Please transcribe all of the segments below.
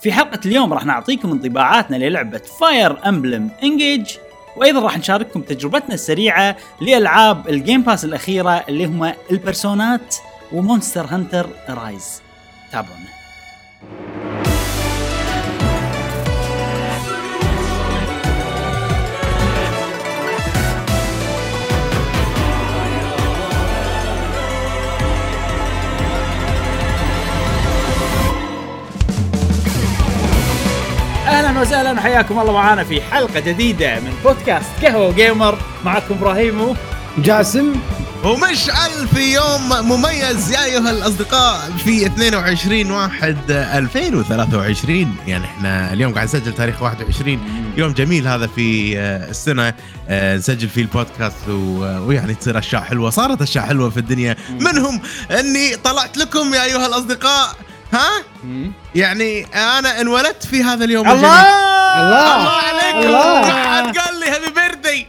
في حلقة اليوم راح نعطيكم انطباعاتنا للعبة فاير امبلم انجيج، وايضا راح نشارككم تجربتنا السريعة لألعاب الجيم باس الأخيرة اللي هما البرسونات ومونستر هانتر رايز. تابعونا. اهلا وسهلا وحياكم الله معنا في حلقه جديده من بودكاست قهوه جيمر. معكم ابراهيم وجاسم ومشعل في يوم مميز يا ايها الاصدقاء في 22/1/2023. يعني احنا اليوم قاعد نسجل تاريخ 21. يوم جميل هذا في السنه نسجل فيه البودكاست ويعني تصير اشياء حلوه. صارت اشياء حلوه في الدنيا، منهم اني طلعت لكم يا ايها الاصدقاء. يعني انا انولدت في هذا اليوم الجميل. الله عليكم. واحد قال لي هابي بيرثدي.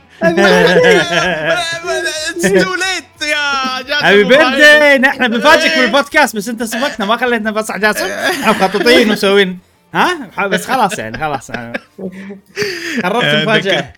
استوليت يا جاسم. هابي بيرثدي. نحن بنفاجئك بالبودكاست بس انت سبقتنا ما خليتنا بصح جاسم. احنا مخططين ومسوين بس خلاص يعني خلاص قررت المفاجأة.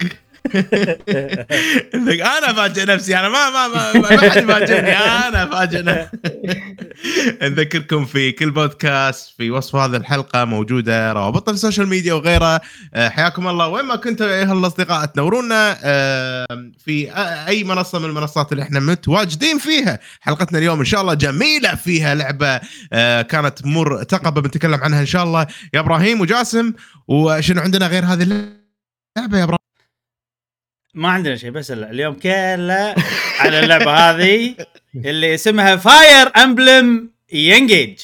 انا فاجئ نفسي. انا ما حد فاجئني. انا فاجئنا. نذكركم في كل بودكاست في وصف هذه الحلقه موجوده روابط السوشيال ميديا وغيرها. حياكم الله وين ما كنتوا ايها الاصدقاء. تنورونا في اي منصه من المنصات اللي احنا متواجدين فيها. حلقتنا اليوم ان شاء الله جميله، فيها لعبه كانت مرتقبه بنتكلم عنها ان شاء الله يا ابراهيم وجاسم. وشنو عندنا غير هذه اللعبه يا ابراهيم؟ ما عندنا شيء بس اليوم كله على اللعبة هذه اللي اسمها فاير امبلم ينجيج.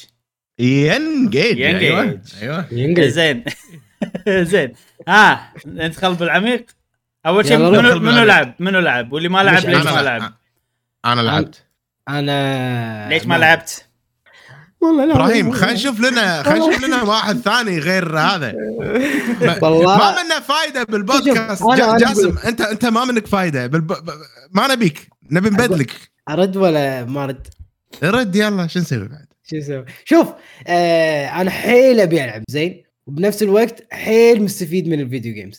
ايوه زين. زين ندخل بالعميق. اول شيء منو لعب واللي ما لعب ليش ما لعب؟ انا لعبت. انا ليش ما لعبت؟ والله لا ابراهيم خلينا نشوف لنا واحد ثاني غير هذا. والله ما منا فايده بالبودكاست. جاسم انت ما منك فايده ما نبيك. نبي نبدلك. ارد ولا ما ارد؟ رد يلا. شو نسوي بعد؟ شوف انا حيل ابي العب زين، وبنفس الوقت حيل مستفيد من الفيديو جيمز.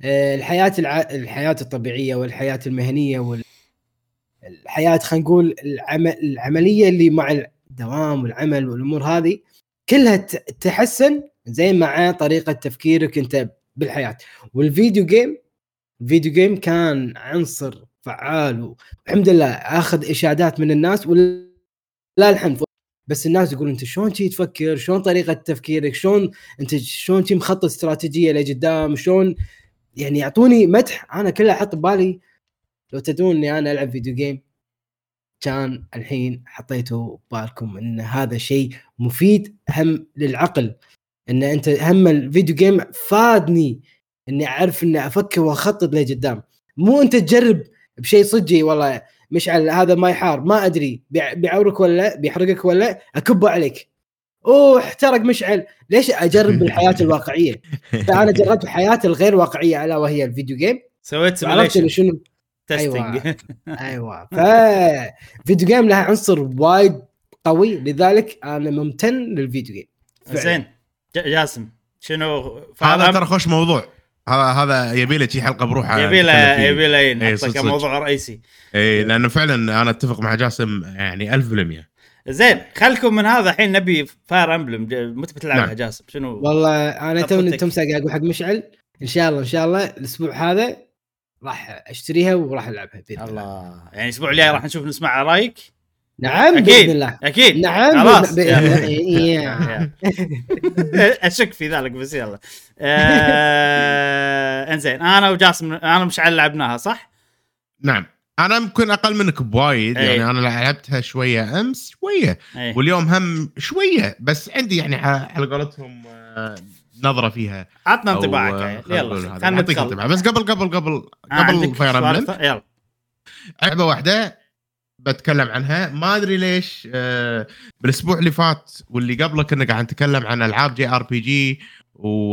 الحياه الطبيعيه والحياه المهنيه والحياه خلينا نقول العمليه اللي مع الدوام والعمل والامور هذه كلها تحسن زين مع طريقه تفكيرك انت بالحياه. والفيديو جيم كان عنصر فعال، والحمد لله اخذ اشادات من الناس ولا الحمد. بس الناس يقولون انت شلون تي تفكر، شلون طريقه تفكيرك، شلون تي مخطط استراتيجيه لقدام، شلون يعني يعطوني مدح. انا كله احط ببالي لو تدون اني انا العب فيديو جيم كان الحين حطيته بالكم ان هذا شيء مفيد هم للعقل. ان انت هم الفيديو جيم فادني اني اعرف اني افكر واخطط لقدام. مو انت تجرب بشيء صجي والله مشعل هذا ما يحار ما ادري بيعورك ولا بيحرقك ولا اكبه عليك احترق مشعل. ليش اجرب بالحياه الواقعيه؟ فانا جربت الحياه الغير واقعيه الا وهي الفيديو جيم. سويت عرفت شنو تستنج. ايوه فيديو جيم لها عنصر وايد قوي، لذلك انا ممتن للفيديو جيم. زين جاسم شنو هذا؟ ترى خوش موضوع هذا يبي له شي حلقه بروحه. يبي له نحطه كموضوع رئيسي. لانه فعلا انا اتفق مع جاسم يعني 1000%. زين خلكم من هذا الحين نبي فاير امبلم. متى بتلعبها جاسم؟ شنو والله انا تمسك اقول حق مشعل ان شاء الله الاسبوع هذا راح اشتريها وراح العبها باذن الله. يعني الاسبوع الجاي راح نسمع رايك. نعم باذن الله. اكيد نعم خلاص اشك في ذلك بس يلا. انزين انا وجاسم انا مشعل لعبناها صح؟ نعم انا ممكن اقل منك بوايد. يعني انا لعبتها شويه امس شويه واليوم هم شويه، بس عندي يعني على قولتهم نظره فيها. عطنا انطباعك يلا خلينا ندخل. بس قبل فاير امبلم يلا لعبه واحده بتكلم عنها. ما ادري ليش بالاسبوع اللي فات واللي قبله كنا قاعد نتكلم عن العاب جي ار بي جي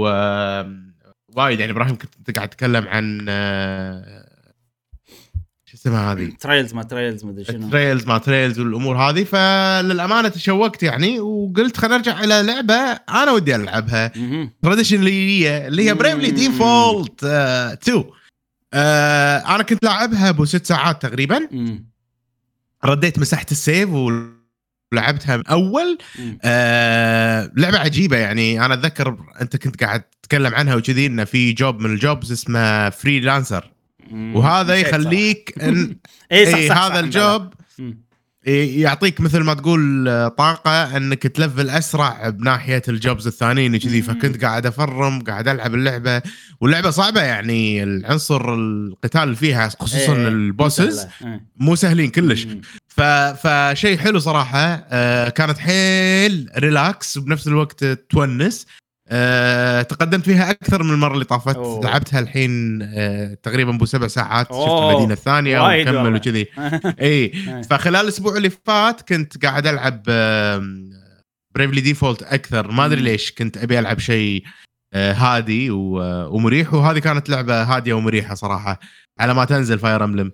وايد. يعني ابراهيم كنت قاعد تتكلم عن شو اسمها هذه تريلز ما ادري شنو تريلز والامور هذه. فللامانه تشوقت يعني وقلت خلينا نرجع الى لعبه انا ودي العبها تراديشناليه اللي هي بريفلي ديفولت 2. انا كنت لاعبها ب 6 ساعات تقريبا. رديت مسحت السيف ولعبتها من اول. لعبه عجيبه يعني. انا اتذكر انت كنت قاعد تتكلم عنها وكذي انه في جوب من الجوبز اسمه فريلانسر وهذا يخليك ان هذا الجوب يعطيك مثل ما تقول طاقه انك تلفل اسرع بناحيه الجوبز الثانيين كذي. فكنت قاعد افرم قاعد العب اللعبه واللعبه صعبه يعني. العنصر القتال اللي فيها خصوصا البوسز مو سهلين كلش. فشيء حلو صراحه. كانت حيل ريلاكس وبنفس الوقت تونس. تقدمت فيها اكثر من المره اللي طافت. لعبتها الحين تقريبا ب 7 ساعات. شفت المدينه الثانيه وكمل وكذي. اي فخلال الاسبوع اللي فات كنت قاعد العب بريفلي ديفولت اكثر. ما ادري ليش كنت ابي العب شيء هادي ومريح. وهذه كانت لعبه هاديه ومريحه صراحه على ما تنزل فاير امبلم.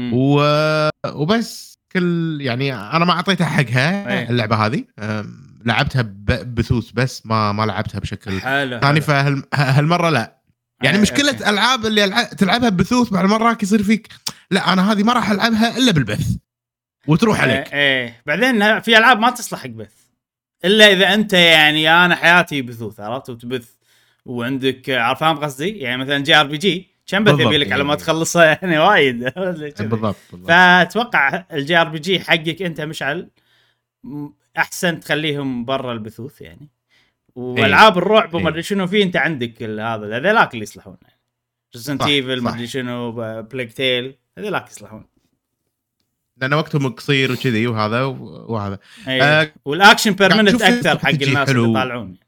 وبس كل يعني انا ما اعطيتها حقها اللعبه هذه. لعبتها بثوث بس ما لعبتها بشكل ثاني. فهالمره لا يعني مشكله العاب اللي تلعبها بثوث بعد مرات يصير فيك لا انا هذه ما راح العبها الا بالبث وتروح عليك. بعدين في العاب ما تصلح حق بث الا اذا انت يعني انا حياتي بثوث عرفت وتبث وعندك عارف فاهم قصدي. يعني مثلا جي ار بي جي كم بث يبي لك على ما تخلصها يعني وايد. بالضبط. فاتوقع الجي ار بي جي حقك انت مشعل احسن تخليهم برا البثوث يعني. والعاب الرعب وما ادري شنو في انت عندك هذا هذيلاك اللي يصلحون يعني. ريزنت ايفل ما ادري شنو بلاك تيل هذيلاك يصلحون لان وقتهم قصير وكذي وهذا والاكشن بيرمننت اكثر حق الناس اللي يطالعون.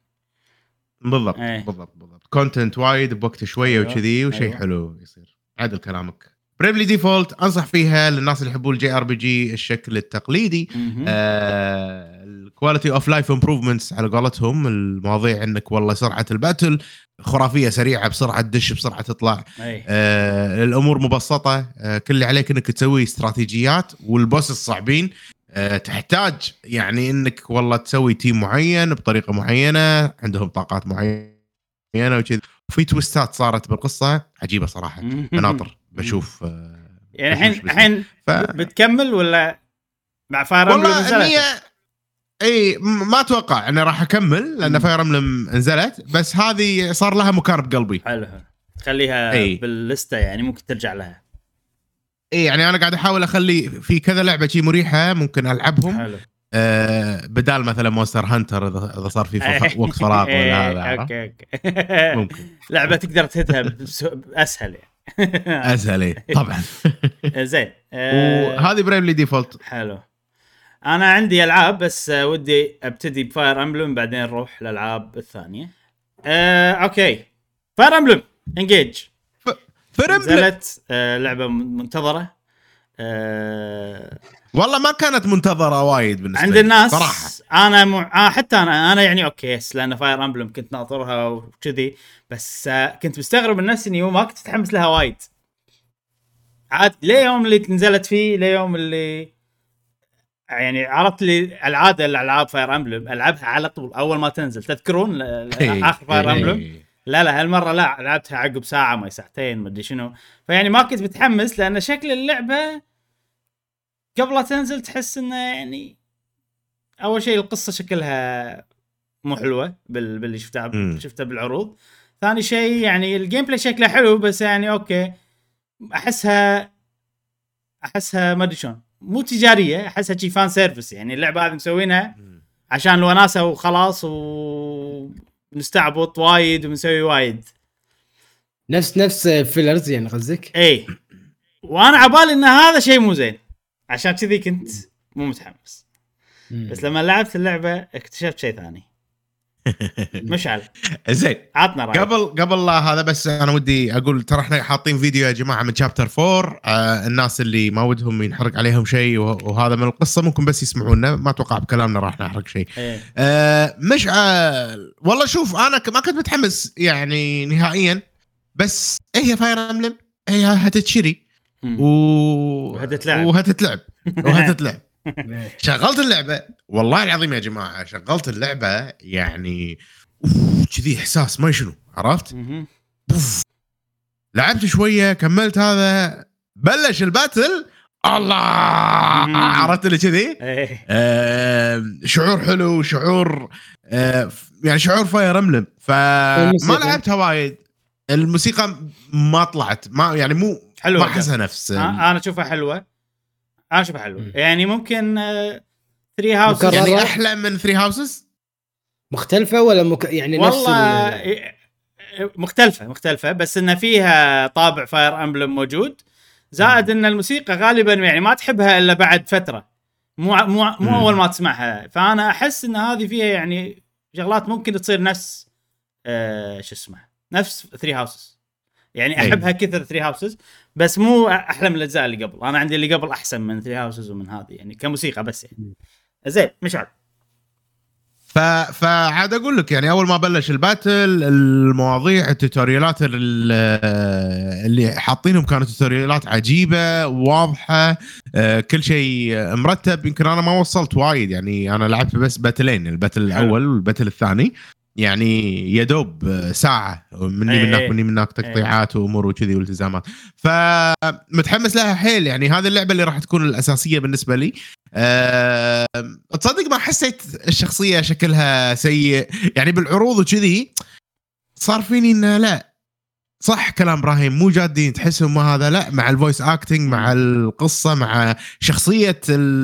بالضبط كونتنت وايد بوقت شويه وكذي وشيء حلو يصير. عدل كلامك. بريفلي ديفولت انصح فيها للناس اللي يحبون الجي ار بي جي الشكل التقليدي. الكواليتي اوف لايف امبروفمنتس على قولتهم. المواضيع انك والله سرعه الباتل خرافيه سريعه بسرعه تدش بسرعه تطلع. الامور مبسطه. كل اللي عليك انك تسوي استراتيجيات والبوس الصعبين تحتاج يعني انك والله تسوي تيم معين بطريقه معينه عندهم طاقات معينه وكذا. في تويستات صارت بالقصه عجيبه صراحه. مناطر بشوف يعني الحين بتكمل ولا مع فاير امبلم نزلت؟ اي ما اتوقع اني راح اكمل لان فاير امبلم نزلت. بس هذه صار لها مكان بقلبي. حلو تخليها باللسته يعني ممكن ترجع لها. اي يعني انا قاعد احاول اخلي في كذا لعبه شيء مريحه ممكن العبهم. حلو. بدال مثلا مونستر هانتر اذا صار في وقت فراغ ولا هذا. اوكي ممكن لعبه تقدر تهتها اسهل يعني. اسهل طبعا. زين. وهذه بريفلي ديفولت. حلو. انا عندي العاب بس ودي ابتدي بفاير امبلم بعدين نروح للالعاب الثانيه. اوكي فاير امبلم انجيج نزلت لعبه منتظره. والله ما كانت منتظره وايد بالنسبه عند الناس صراحه. انا حتى انا يعني اوكي لان فاير امبلم كنت ناطرها وكذي. بس كنت مستغرب الناس اني ما كنت متحمس لها وايد. عاد ليه يوم اللي نزلت فيه ليه يوم اللي يعني عرفت لي العاده الالعاب فاير امبلم العبها على طول اول ما تنزل. تذكرون اخر فاير امبلم؟ لا هالمره لا لعبتها عقب ساعه ما ساعتين ما ادري شنو. فيعني ما كنت متحمس لان شكل اللعبه قبل لا تنزل تحس انه يعني اول شيء القصه شكلها مو حلوه باللي شفتها بالعروض. ثاني شيء يعني الجيم بلاي شكله حلو بس يعني اوكي احسها ما ادري شلون مو تجاريه. احسها شي فان سيرفيس يعني. اللعبه هذه مسوينها عشان الوناسه وخلاص ونستعبط وايد ومسوي وايد نفس فيلرز يعني قصدك. اي وانا عبالي ان هذا شيء مو زين عشان كذي كنت مو متحمس. بس لما لعبت اللعبه اكتشفت شيء ثاني. مشعل زين عطنا رأيك. قبل لا هذا بس انا ودي اقول ترى احنا حاطين فيديو يا جماعه من شابتر 4. الناس اللي ما ودهم ينحرق عليهم شيء وهذا من القصه ممكن بس يسمعونا. ما اتوقع بكلامنا راح نحرق شيء. مشعل والله شوف انا ما كنت متحمس يعني نهائيا. بس هي فاير امبلم هي هتتشري وهتتلعب شغلت اللعبه والله العظيم يا جماعه، شغلت اللعبه يعني كذي احساس ما شنو عرفت. لعبت شويه كملت هذا بلش الباتل الله عرفت اللي كذي شعور حلو، شعور يعني شعور فاير امبلم. فما لعبتها وايد، الموسيقى ما طلعت ما يعني مو حلوة، ما احسها نفس انا اشوفها حلوه يعني ممكن 3 هاوس يعني احلى من 3 هاوسز مختلفه ولا يعني والله مختلفه بس ان فيها طابع فاير امبلم موجود، زائد ان الموسيقى غالبا يعني ما تحبها الا بعد فتره، مو اول ما تسمعها. فانا احس ان هذه فيها يعني شغلات ممكن تصير نفس شو اسمه نفس 3 هاوسز، يعني احبها كثر 3 هاوسز بس مو احلى من الاجزاء اللي قبل. انا عندي اللي قبل احسن من 3 هاوسز ومن هذه يعني كموسيقى بس يعني زين مش عاد. فعاد اقول لك يعني اول ما بلش الباتل المواضيع التوتوريالات اللي حاطينهم كانت توتوريالات عجيبه واضحه، كل شيء مرتب. يمكن انا ما وصلت وايد يعني، انا لعبت بس باتلين، الباتل الاول والباتل الثاني يعني يدوب ساعه مني من هناك تقطيعات وامور وكذي والتزامات. فمتحمس لها حيل يعني، هذه اللعبه اللي راح تكون الاساسيه بالنسبه لي. تصدق ما حسيت الشخصيه شكلها سيء يعني بالعروض وكذي، صار فيني انه لا صح كلام ابراهيم مو جادين، تحسهم ما هذا لا مع الفويس اكتنج مع القصه مع شخصيه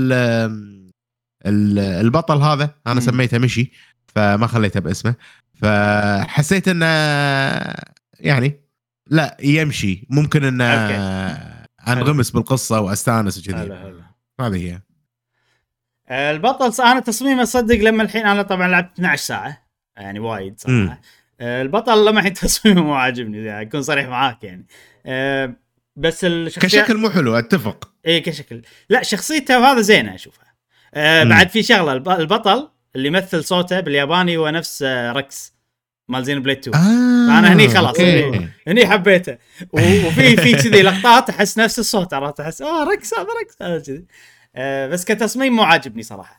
البطل هذا انا سميته مشي فما خليته باسمه، فحسيت انه يعني لا يمشي ممكن انه انغمس بالقصه واستانس وكذي. هذه هي البطل. انا تصميمه صدق لما الحين انا طبعا لعبت 12 ساعه يعني وايد صراحه. البطل لما الحين تصميمه مو عاجبني يعني اكون صريح معاك يعني. بس الشخصيه كشكل مو حلو اتفق. اي كشكل لا شخصيته وهذا زينه اشوفها. بعد في شغله البطل اللي يمثل صوته بالياباني هو نفس ركس مال زين بليد 2. فانا هني خلاص هني حبيته. وفي كذي لقطات احس نفس الصوت، عرفت احس ركس هذا ركس هذا كذي. بس كتصميم مو عاجبني صراحه.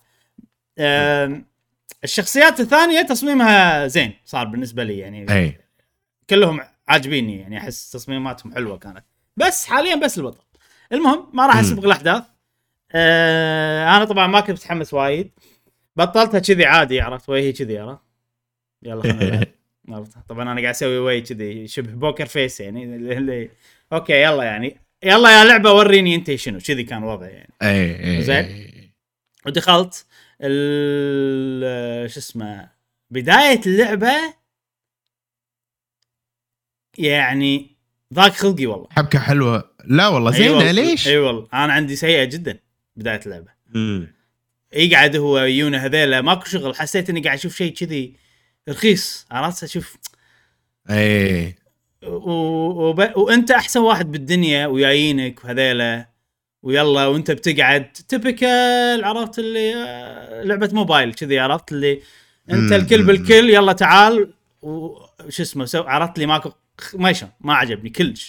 الشخصيات الثانيه تصميمها زين صار بالنسبه لي يعني كلهم عاجبيني يعني، احس تصميماتهم حلوه كانت، بس حاليا بس البطل. المهم ما راح اسبق الاحداث. انا طبعا ما كنت متحمس وايد، بطلتها كذي عادي عرفت وهي كذي عرفت يلا خلينا نلعب. طبعا انا قاعد اسوي وي كذي شبه بوكر فيس يعني اللي اوكي يلا يعني يلا يا لعبه وريني انت شنو كذي كان وضعي يعني. زين ودخلت شو اسمه بدايه اللعبه يعني ضاق خلقي والله. حبكه حلوه لا والله زينه. ليش؟ اي والله انا عندي سيئه جدا بدايه اللعبه. يقعد هو يونا هذيلا ماكو شغل، حسيت اني قاعد اشوف شيء كذي رخيص عرفت اشوف وانت احسن واحد بالدنيا ويايينك وهذيلا ويلا وانت بتقعد تبكل عرفت اللي لعبه موبايل كذي عرفت اللي انت الكل بالكل يلا تعال وش اسمه عرفت لي ماكو ما عجبني كلش.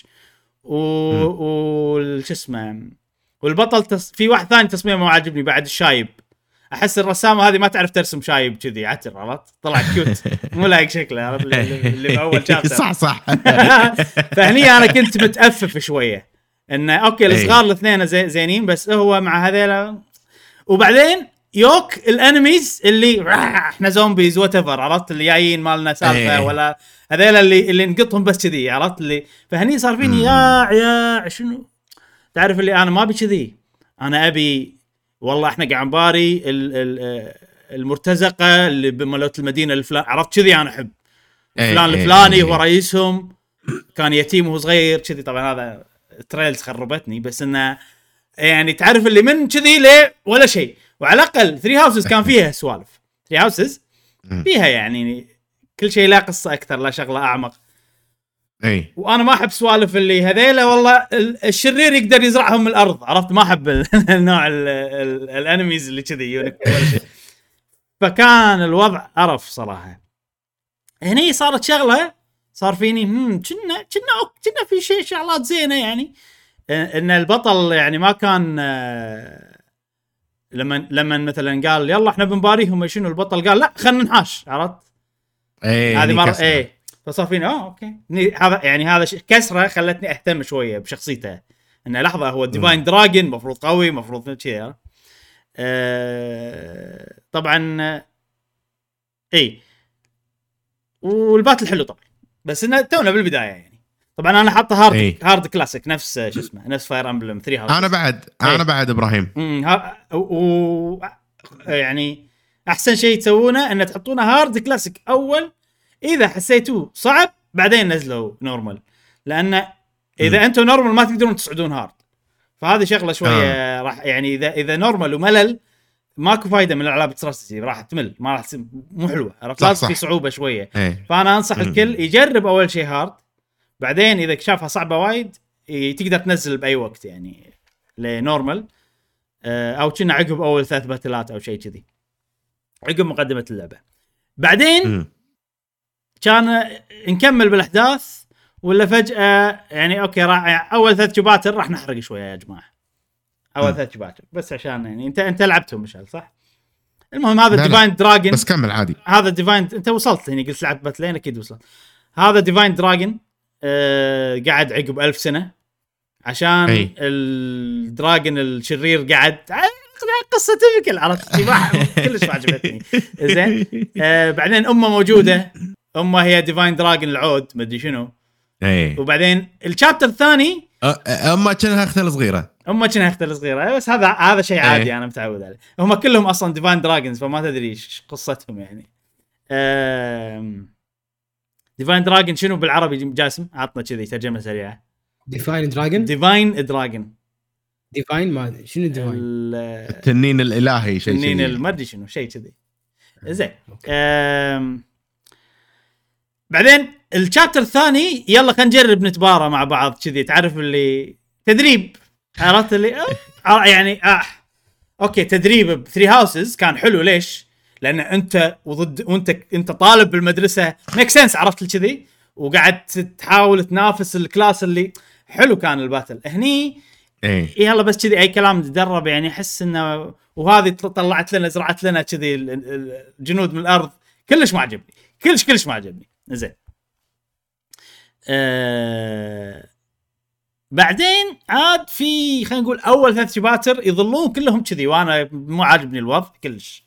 وش اسمه والبطل في واحد ثاني تصميمه ما عجبني بعد الشايب، احس الرسامه هذه ما تعرف ترسم شايب كذي عتر عرفت طلع كيوت مو لايق شكله عرفت اللي باول شابتر صح فهني انا كنت متأفف شويه انه اوكي الصغار الاثنين زينين بس هو مع هذيلا. وبعدين يوك الانميز اللي احنا زومبيز واتيفر عرفت اللي جايين مالنا سالفه ولا هذيلا اللي نقطهم بس كذي عرفت اللي. فهني صار فيني يا شنو تعرف اللي انا ما ابي كذي، انا ابي والله احنا قاعد نباري المرتزقه اللي بملوت المدينه الفلان عرفت كذي انا احب فلان الفلاني هو رئيسهم كان يتيم وهو صغير كذي. طبعا هذا تريلز خربتني بس انه يعني تعرف اللي من كذي ليه ولا شيء. وعلى الاقل 3 هاوسز كان فيها سوالف، 3 هاوسز فيها يعني كل شيء لا قصه اكثر لا شغله اعمق. وانا ما احب سوالف اللي هذيلا والله الشرير يقدر يزرعهم من الارض عرفت، ما احب النوع الانميز اللي كذي يونك فكان الوضع قرف صراحه. هني صارت شغله صار فيني كنا في شغلات زينه يعني. ان البطل يعني ما كان لما مثلا قال يلا احنا بنباريهم شنو، البطل قال لا خلينا نحاش، عرفت؟ هذه مره ايه، فصار فينا اوكي هذا يعني هذا كسره خلتني اهتم شويه بشخصيته، انه لحظه هو ديفاين دراجون مفروض قوي مفروض كذا. طبعا اي والباتل حلو طبعا، بس انه تونا بالبدايه يعني. طبعا انا حاطه هارد كلاسيك نفس شو اسمه نفس فاير امبلم 3 هاوس. انا بعد ابراهيم يعني احسن شيء تسوونه ان تحطونه هارد كلاسيك اول، اذا حسيتوه صعب بعدين نزلوا نورمال، لان اذا انتم نورمال ما تقدرون تصعدون هارد، فهذه شغله شويه راح يعني اذا نورمال وملل ماكو فايده من الالعاب استراتيجي، راح تمل ما راح مو حلوه، عرفت؟ لازم في صعوبه شويه. فانا انصح الكل يجرب اول شيء هارد، بعدين اذا شافها صعبه وايد تقدر تنزل باي وقت يعني لنورمال، او كنا عقب اول 3 باتلات او شيء كذي عقب مقدمه اللعبه. بعدين كان نكمل بالاحداث ولا فجاه يعني اوكي راح اول 3 شباتر راح نحرق شويه يا جماعه، اول 3 شباتر بس عشان يعني انت لعبتهم مشعل صح؟ المهم هذا ديفاين دراجون، بس كمل عادي. هذا ديفاين انت وصلت هنا قلت لعبت باتلين اكيد وصلت. هذا ديفاين دراجون قعد عقب 1000 سنه عشان الدراجون الشرير قعد قصه تبكل، عرفت؟ كلش ما عجبتني. زين بعدين امه موجوده، امه هي ديفاين دراجون العود ما ادري شنو. وبعدين الشابتر الثاني امه كانها اختها صغيره، بس هذا شيء عادي انا متعود عليه. هم كلهم اصلا ديفاين دراجونز فما تدري ايش قصتهم يعني. ديفاين دراجون شنو بالعربي جاسم؟ عطنا كذي ترجمه سريعه. ديفاين دراجون ديفاين ما شنو ديفاين؟ التنين الالهي شيء التنين ما ادري شنو شيء كذي. زين بعدين الشابتر الثاني يلا خلينا نجرب نتبارى مع بعض كذي، تعرف اللي تدريب، عرفت اللي يعني اوكي تدريب ب 3 هاوسز كان حلو. ليش؟ لان انت وانت طالب بالمدرسه ميك سنس، عرفت كذي، وقاعد تحاول تنافس الكلاس اللي حلو. كان الباتل هني يلا بس كذي اي كلام تدرب يعني، احس انه وهذه طلعت لنا زرعت لنا كذي الجنود من الارض، كلش ما عجبني، كلش ما عجبني. زين بعدين عاد في خلينا نقول اول 3 شباتر يظلون كلهم كذي وانا مو عاجبني الوضع كلش.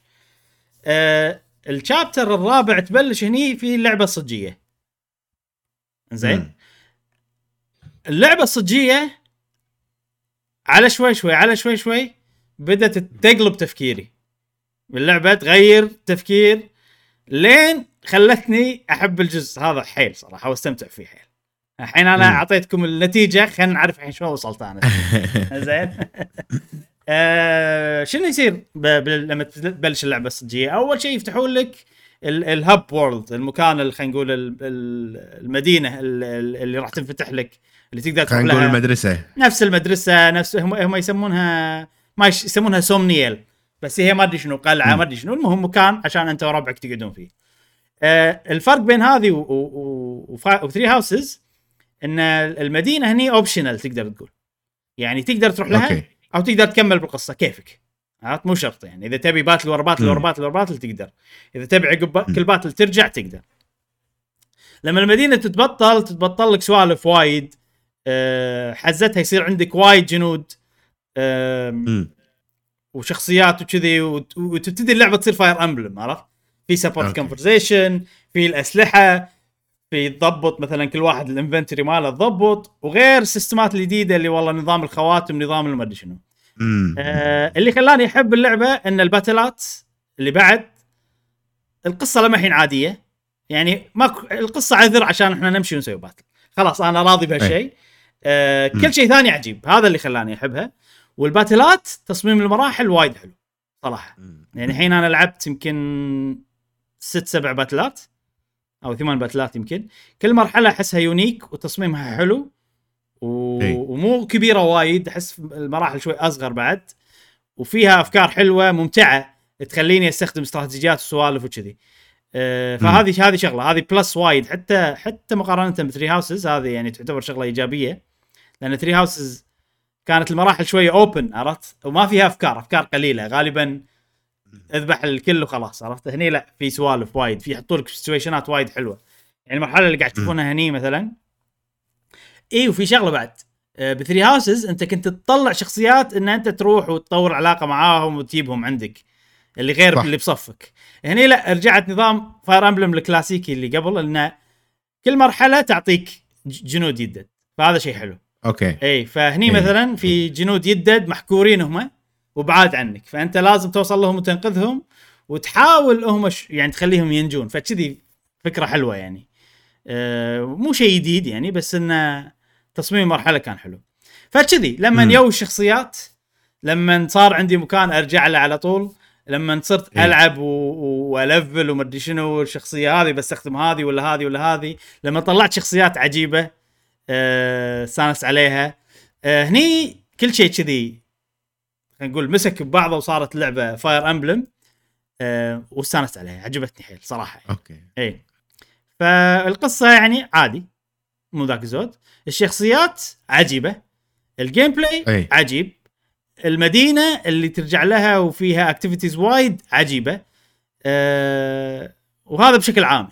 الشابتر الرابع تبلش هني في اللعبه الصجيه. زين اللعبه الصجيه على شوي بدأت تقلب تفكيري باللعبه، تغير تفكير لين خلتني احب الجزء هذا حيل صراحه واستمتع فيه حيل. الحين انا اعطيتكم النتيجه، خلينا نعرف الحين شلون وصلت انا. زين شنو يصير لما تبلش اللعبه الصجيه؟ اول شيء يفتحون لك الهاب وورلد، المكان اللي خلينا نقول المدينه اللي راح تنفتح لك، اللي تقدر تروح لها. المدرسه نفس المدرسه، نفس هم يسمونها ما يسمونها سومنيل، بس هي ما ادري شنو قلعه ما ادري شنو، المهم مكان عشان انت وربعك تقعدون فيه. الفرق بين هذه و 3 هاوسز ان المدينه هني اوبشنال، تقدر تقول يعني تقدر تروح لها او تقدر تكمل بالقصه كيفك، عرفت؟ مو شرط يعني اذا تبي باتل ورا باتل تقدر، اذا تبي عقب كل باتل ترجع تقدر. لما المدينه تتبطل لك سوالف وايد، حزتها يصير عندك وايد جنود وشخصيات وكذي، وتبتدي اللعبه تصير فاير امبلم، عرفت؟ في سبورت كونفرزيشن، في الاسلحه، في تضبط مثلا كل واحد الانفنتوري ماله تضبط، وغير السيستمات الجديده اللي والله نظام الخواتم، نظام المدري شنو. اللي خلاني احب اللعبه ان الباتلات اللي بعد القصه لما الحين عاديه يعني، ما القصه عذر عشان احنا نمشي ونسوي باتل، خلاص انا راضي بهالشيء. كل شيء ثاني عجيب، هذا اللي خلاني احبها. والباتلات تصميم المراحل وايد حلو صراحه، يعني الحين انا لعبت يمكن 6-7 باتلات او 8 باتلات يمكن، كل مرحله احسها يونيك وتصميمها حلو ومو كبيره وايد، احس المراحل شوي اصغر بعد، وفيها افكار حلوه ممتعه تخليني استخدم استراتيجيات وسوالف وكذي. فهذه شغله، هذه بلس وايد، حتى مقارنه ب3 هاوسز هذه يعني تعتبر شغله ايجابيه، لان 3 هاوسز كانت المراحل شويه اوبن، عرفت، وما فيها افكار قليله غالبا، اذبح الكل وخلاص، عرفت. هني لا، في سوالف وايد، في يحطوا لك سيتويشنات وايد حلوه. يعني المرحله اللي قاعد تشوفونها هني مثلا، وفي شغله بعد بثري هاوسز انت كنت تطلع شخصيات ان انت تروح وتطور علاقه معاهم وتجيبهم عندك، اللي غير صح. اللي بصفك. هني لا، رجعت نظام فاير امبلم الكلاسيكي اللي قبل، ان كل مرحله تعطيك جنود يدد، فهذا شيء حلو. اوكي. فهني مثلا في جنود يدد محكورين هم وبعاد عنك، فانت لازم توصل لهم وتنقذهم وتحاول هم يعني تخليهم ينجون. فكذي فكره حلوه يعني، مو شيء جديد يعني، بس انه تصميم المرحله كان حلو. فكذي لما يو الشخصيات، لما صار عندي مكان ارجع له على طول، لما صرت العب والفل وما ادري شنو الشخصيه هذه بستخدم هذه ولا هذه ولا هذه، لما طلعت شخصيات عجيبه استانس عليها. هني كل شيء كذي خلينا نقول مسك ببعضه وصارت لعبه فاير امبلم، واستانست عليها، عجبتني حيل صراحه. اوكي. فالقصه يعني عادي، مو ذاك الزود. الشخصيات عجيبه، الجيم بلاي عجيب، المدينه اللي ترجع لها وفيها اكتيفيتيز وايد عجيبه، وهذا بشكل عام.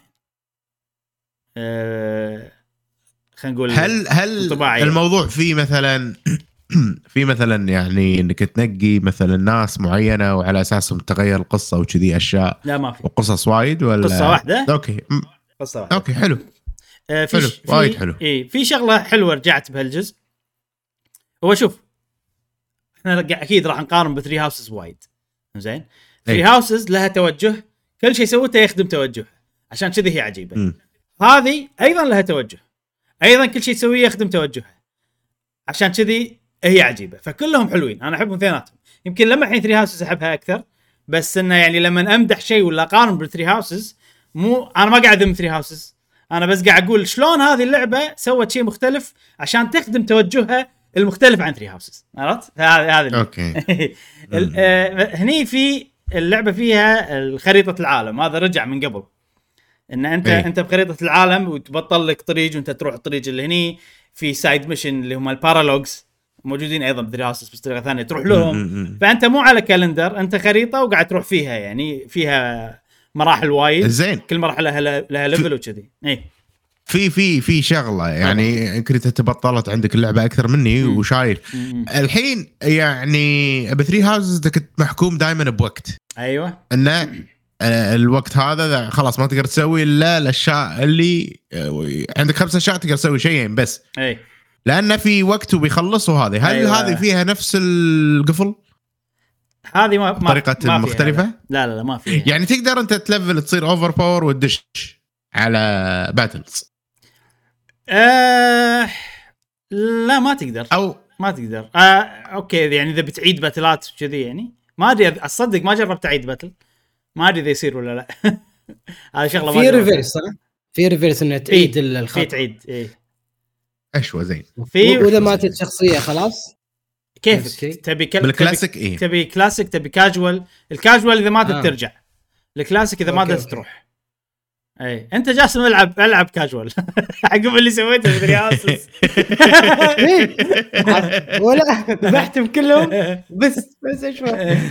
خلينا نقول هل انطباعية. الموضوع فيه مثلا في مثلا يعني انك تنقي مثلا ناس معينه وعلى اساسهم تغير القصه وكذي اشياء؟ لا ما في، وقصص وايد ولا قصه واحده؟ اوكي قصه واحده. اوكي حلو. حلو وايد حلو. في شغله حلوه رجعت بهالجزء. هو شوف، احنا اكيد راح نقارن بثري هاوسز وايد، زين. ثري هاوسز لها توجه، كل شيء سوته يخدم توجه، عشان كذي هي عجيبه. هذه ايضا لها توجه، ايضا كل شيء تسويه يخدم توجهها، عشان كذي هي عجيبه. فكلهم حلوين، انا احبهم اثنيناتهم. يمكن لما الحين ثري هاوسز احبها اكثر، بس انه يعني لما امدح شيء ولا اقارن بالثري هاوسز، مو انا ما قاعد اذم ثري هاوسز، انا بس قاعد اقول شلون هذه اللعبه سوت شيء مختلف عشان تخدم توجهها المختلف عن ثري هاوسز، عرفت؟ هذا اوكي. هني في اللعبه فيها خريطه العالم، هذا رجع من قبل، ان انت بخريطه العالم وتبطل لك طريق وانت تروح الطريق اللي هني. في سايد ميشن اللي هم البارالوجز موجودين ايضا بثري هاوسز بس طريقه ثانيه تروح لهم. فانت مو على كالندر، انت خريطه وقاعد تروح فيها، يعني فيها مراحل وايد، زين. كل مرحله لها ليفل وكذي. في شغله يعني كنت تبطلت عندك اللعبه اكثر مني وشايل الحين، يعني بثري هاوسز كنت محكوم دائما بوقت. ايوه، انه الوقت هذا خلاص ما تقدر تسوي الا الاشياء اللي عندك 5 اشياء تقدر تسوي شيئين بس، لان في وقت وبيخلص. وهذه هل هذه فيها نفس القفل؟ هذه ما طريقه مختلفه. لا ما فيها. يعني تقدر انت تلفل تصير اوفر باور وتدش على باتلز؟ لا ما تقدر، او ما تقدر. اوكي، يعني اذا بتعيد باتلات كذي، يعني ما ادري، اصدق ما جربت اعيد باتل، ما ادري اذا يصير ولا لا. هذه شغله ما في ريفيرس، صح؟ في ريفيرس انه تعيد الخط، تعيد اشوى زين. واذا ماتت شخصيه خلاص كيف تبي بالكلاسيك؟ تبي كلاسيك، تبي كاجوال. الكاجوال اذا ماتت ترجع، الكلاسيك اذا ماتت تروح. انت جاسم العب كاجوال عقب اللي سويته في ثري هاوسز. ولا ذبحتهم كلهم بس اشوف.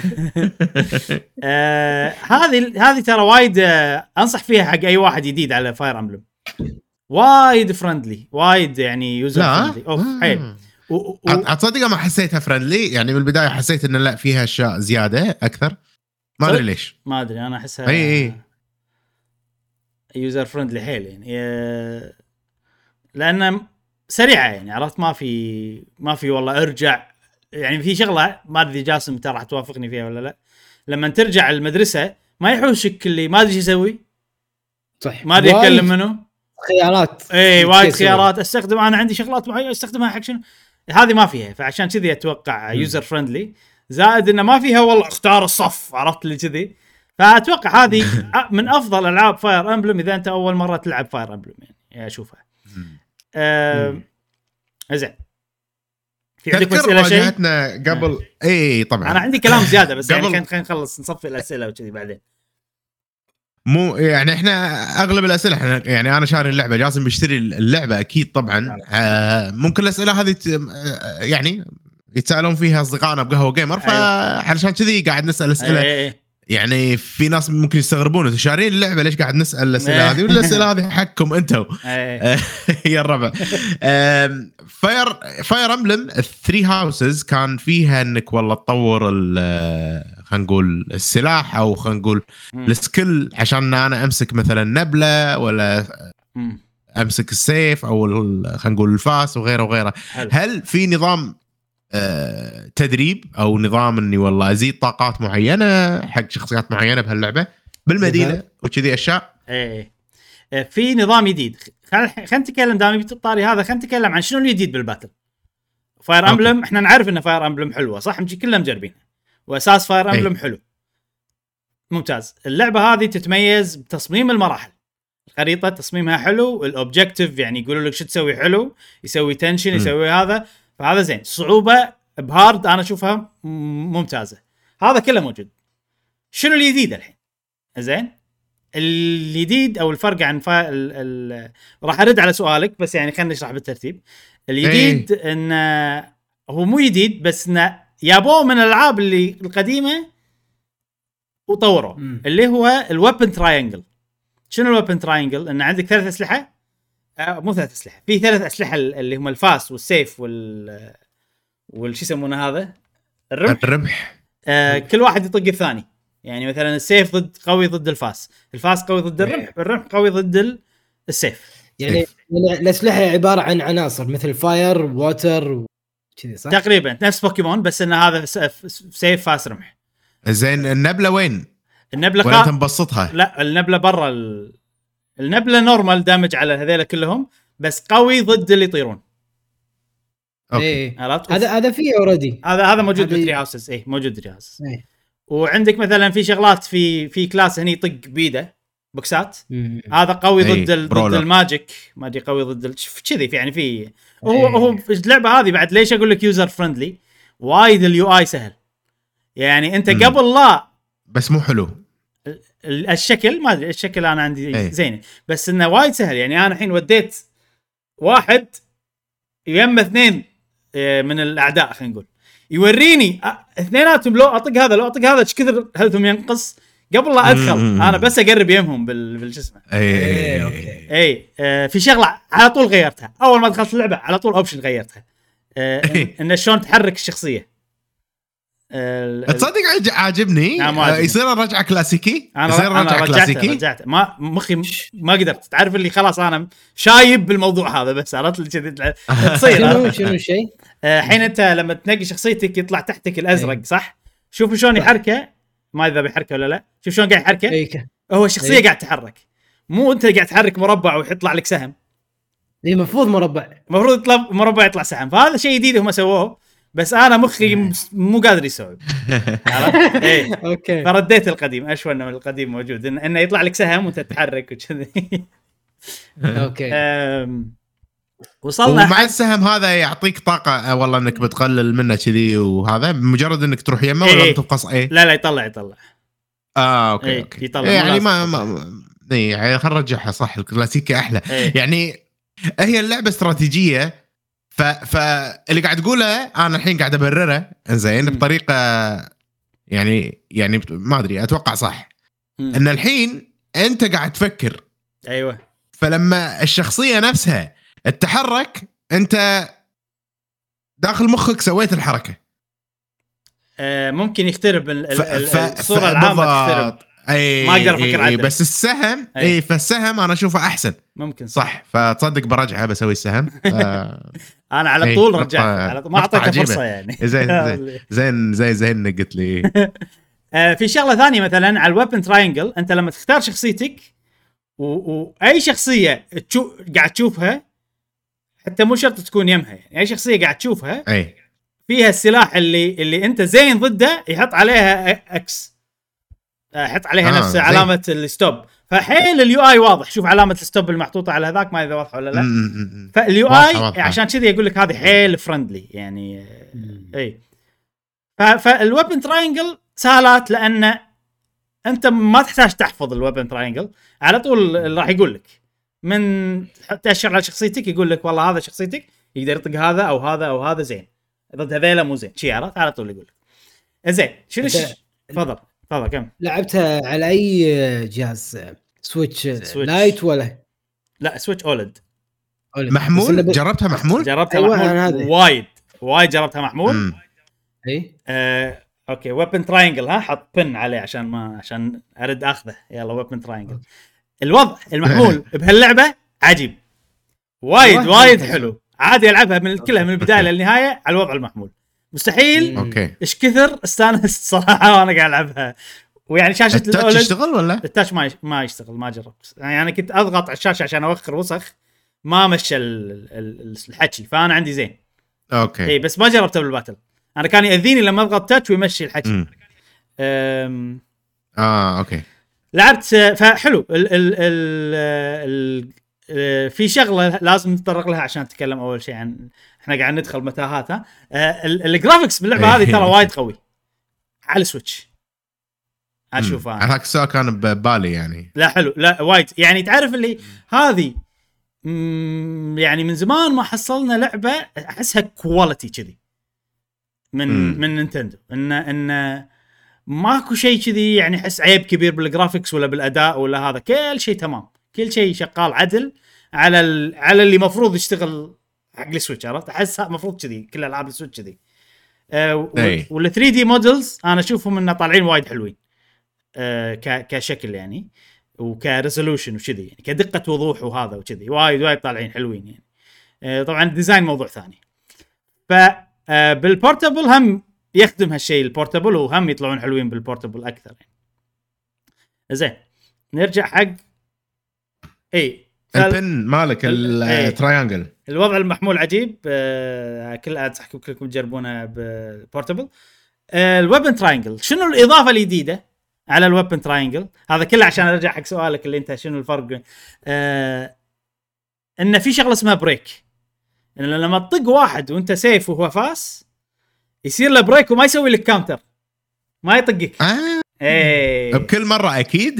هذه ترى وايد انصح فيها حق اي واحد جديد على فاير امبلم. وايد فرندلي، وايد يعني يوزر فرندلي. اوف حيل. اتصدق ما حسيتها فرندلي، يعني من البدايه حسيت ان لا فيها اشياء زياده اكثر، ما ادري ليش. ما ادري، انا احسها يوزر فرندلي حيل يعني، لأنه سريعة يعني، عرفت؟ ما في والله ارجع. يعني في شغلة ما أدري جاسم أنت راح توافقني فيها ولا لا، لما ترجع المدرسة ما يحوشك اللي ما أدري شو يسوي، صح، ما أدري يتكلم منه، خيارات. وايد خيارات استخدم، أنا عندي شغلات معينة استخدمها حق شنو، هذه ما فيها. فعشان كذي أتوقع يوزر فرندلي، زائد إنه ما فيها والله اختار الصف، عرفت اللي كذي. فأتوقع هذه من أفضل ألعاب فاير أمبلم إذا أنت أول مرة تلعب فاير أمبلم، يعني أشوفها. زين، في عندك أسئلة شيء؟ واجهتنا قبل. اي طبعا أنا عندي كلام زيادة بس يعني خلينا نخلص نصفي الأسئلة وكذي بعدين. مو يعني احنا اغلب الاسئله احنا يعني انا شاري اللعبه، جاسم بيشتري اللعبه اكيد طبعا. ممكن الاسئله هذه يعني يتسالون فيها اصدقائنا بقهوه جيمر، فعلشان كذي قاعد نسال اسئله. يعني في ناس ممكن يستغربون شارين اللعبه ليش قاعد نسال الاسئله هذه، ولا الاسئله هذه حقكم انتم يا الربع. فاير امبلم 3 هاوسز كان فيها انك والله تطور خلينا نقول السلاح، او خلينا نقول السكيل، عشان انا امسك مثلا نبله ولا امسك السيف، او خلينا نقول الفاس وغيره وغيره. هل في نظام تدريب او نظام اني والله ازيد طاقات معينه حق شخصيات معينه بهاللعبه بالمدينه وكذي اشياء؟ في نظام جديد. خلينا نتكلم دامي بالطاري هذا، خلينا نتكلم عن شنو الجديد بالباتل. فاير امبلم احنا نعرف ان فاير امبلم حلوه صح، مجي كلنا مجربينها، واساس فاير امبلم حلو ممتاز. اللعبه هذه تتميز بتصميم المراحل، الخريطه تصميمها حلو، الاوبجكتيف يعني يقولوا لك شو تسوي حلو، يسوي تنشن يسوي هذا، فهذا زين. صعوبه بهارد انا اشوفها ممتازه، هذا كله موجود. شنو الجديد الحين؟ زين الجديد او الفرق عن راح ارد على سؤالك، بس يعني خلينا نشرح بالترتيب. الجديد انه هو مو جديد، بس انه يابوه من الالعاب اللي القديمه وطوروه، اللي هو الويبن تراينجل. شنو الويبن تراينجل؟ ان عندك 3 اسلحه، مو 3 اسلحه، في 3 اسلحه اللي هم الفاس والسيف والشو يسمونه هذا الرمح. كل واحد يطق الثاني، يعني مثلا السيف قوي ضد الفاس قوي ضد الرمح قوي ضد السيف. يعني الاسلحه عباره عن عناصر مثل فاير ووتر وكذي صح؟ تقريبا نفس بوكيمون، بس ان هذا سيف فاس رمح. زين النبله وين؟ النبله ولا تنبسطها؟ لا النبله برا النبله نورمال دامج على هذول كلهم، بس قوي ضد اللي يطيرون. اوكي هذا فيه اوريدي، هذا موجود في 3 هاوسز. موجود 3 هاوسز. وعندك مثلا في شغلات في كلاس هني يطق بيده بوكسات، هذا قوي ضد الماجيك، ما ادري قوي ضد كذي. يعني في هو اللعبه هذه بعد ليش اقول لك يوزر فريندلي، وايد اليو اي سهل. يعني انت قبل لا بس مو حلو الشكل، ما ادري الشكل انا عندي زين، بس انه وايد سهل. يعني انا الحين وديت واحد يم 2 من الاعداء، خلينا نقول يوريني اثنيناتهم، لو اطق هذا لو اطق هذا ايش كثر هلثم ينقص قبل لا ادخل. انا بس اقرب يمهم بالجسم. اوكي في شغله على طول غيرتها اول ما دخلت اللعبه، على طول اوبشن غيرتها، ان شلون تحرك الشخصيه. تصدق عاجبني يصير رجعه كلاسيكي. انا رجعت ما مخي ما قدرت، تعرف اللي خلاص انا شايب بالموضوع هذا، بس عرفت اللي كذي تصير. شنو شيء حين انت لما تنقي شخصيتك يطلع تحتك الازرق صح؟ شوف شلون يحركه، ما اذا بيحركه ولا لا. شوف شلون قاعد يحركه، هو الشخصيه قاعد تحرك، مو انت قاعد تحرك مربع ويطلع لك سهم. المفروض مربع، المفروض يطلع مربع يطلع سهم. فهذا شيء جديد هم سووه، بس انا مخي مو قادر يسوي. اوكي فرديت القديم، اشوى انه القديم موجود انه يطلع لك سهم وانت تتحرك وكذي. اوكي وصلنا ومع السهم هذا يعطيك طاقه والله انك بتقلل منه كذي، وهذا مجرد انك تروح يمه ولا تبقص لا يطلع اوكي يطلع يعني ما يعني خلينا نرجعها صح، الكلاسيكي احلى. يعني هي اللعبه استراتيجيه، فاللي قاعد تقوله انا الحين قاعد ابرره زين بطريقه يعني ما ادري اتوقع صح. ان الحين انت قاعد تفكر، ايوه، فلما الشخصيه نفسها تتحرك انت داخل مخك سويت الحركه. ممكن يخترب الصوره العامه، تخترب. ما اقدر افكر عدل. بس السهم فالسهم انا اشوفه احسن ممكن صح. فتصدق برجعها بسوي السهم. انا على طول رجعت، ما اعطيتها فرصه يعني. زين قلت لي. في شغله ثانيه مثلا على الويبن تراينجل، انت لما تختار شخصيتك واي شخصيه قاعد تشوفها، حتى مو شرط تكون يمها، يعني اي شخصيه قاعد تشوفها فيها السلاح اللي انت زين ضده، يحط عليها اكس، حط عليها نفس علامه الستوب. فحيل اليو اي واضح. شوف علامه الستوب المحطوطه على هذاك، ما اذا واضحه ولا لا. فاليو اي عشان كذا يقول لك هذه حيل فرندلي يعني. اي فالويبن تراينجل سهلات، لان انت ما تحتاج تحفظ الويبن تراينجل، على طول راح يقول لك من تأشر على شخصيتك، يقول لك والله هذا شخصيتك يقدر يطق هذا او هذا او هذا زين. ضد هذيلا مو زين شي عرفت على طول يقول زين شنو تفضل كم لعبتها على اي جهاز؟ سويتش لايت ولا لا سويتش اولد محمول جربتها محمول جربتها أيوة محمول وايد جربتها محمول اي اوكي ويبن تراينجل ها حط بن عليه عشان ارد اخذه يلا ويبن تراينجل الوضع المحمول بهاللعبه عجيب وايد حلو عادي العبها من كلها من البدايه للنهايه على الوضع المحمول مستحيل اوكي ايش كثر استانس صراحه وانا قاعد العبها ويعني شاشه التاتش يشتغل ولا التاتش ما يشتغل ما جربت يعني انا كنت اضغط على الشاشه عشان اوخر وسخ ما مشى الحكي فانا عندي زين اوكي اي بس ما جربته بالباتل انا كان ياذيني لما اضغط تاتش ويمشي الحكي اوكي لعبت فحلو في شغله لازم نتطرق لها عشان نتكلم اول شيء عن احنا قاعد ندخل متاهات ها الجرافيكس باللعبه هذه ترى وايد قوي على السويتش اشوفها انا هاك السؤال كان ببالي يعني لا حلو لا وايد يعني تعرف اللي هذه يعني من زمان ما حصلنا لعبه احسها كواليتي كذي من نينتندو ان ماكو شيء كذي يعني احس عيب كبير بالجرافيكس ولا بالاداء ولا هذا كل شيء تمام كل شيء شغال عدل على اللي مفروض يشتغل حق السويتش عرفت احس مفروض كذي كل العاب السويتش كذي وال 3 دي مودلز انا اشوفهم انه طالعين وايد حلوين كشكل يعني وكريزولوشن وكذي يعني كدقه وضوح وهذا وكذي وايد طالعين حلوين يعني طبعا الديزاين موضوع ثاني ف بالبورتابل هم يخدم هالشيء البورتابل وهم يطلعون حلوين بالبورتابل اكثر يعني زين نرجع حق البن مالك التراينجل الوضع المحمول عجيب كل انصحكم كلكم تجربونه بالبورتابل الويبن تراينجل شنو الاضافه الجديده على الويبن تراينجل هذا كله عشان ارجع حق سؤالك اللي انت شنو الفرق ان في شغله اسمها بريك ان لما تطق واحد وانت سيف وهو فاس يصير له بريك وما يسوي لك كاونتر ما يطقك بكل مره اكيد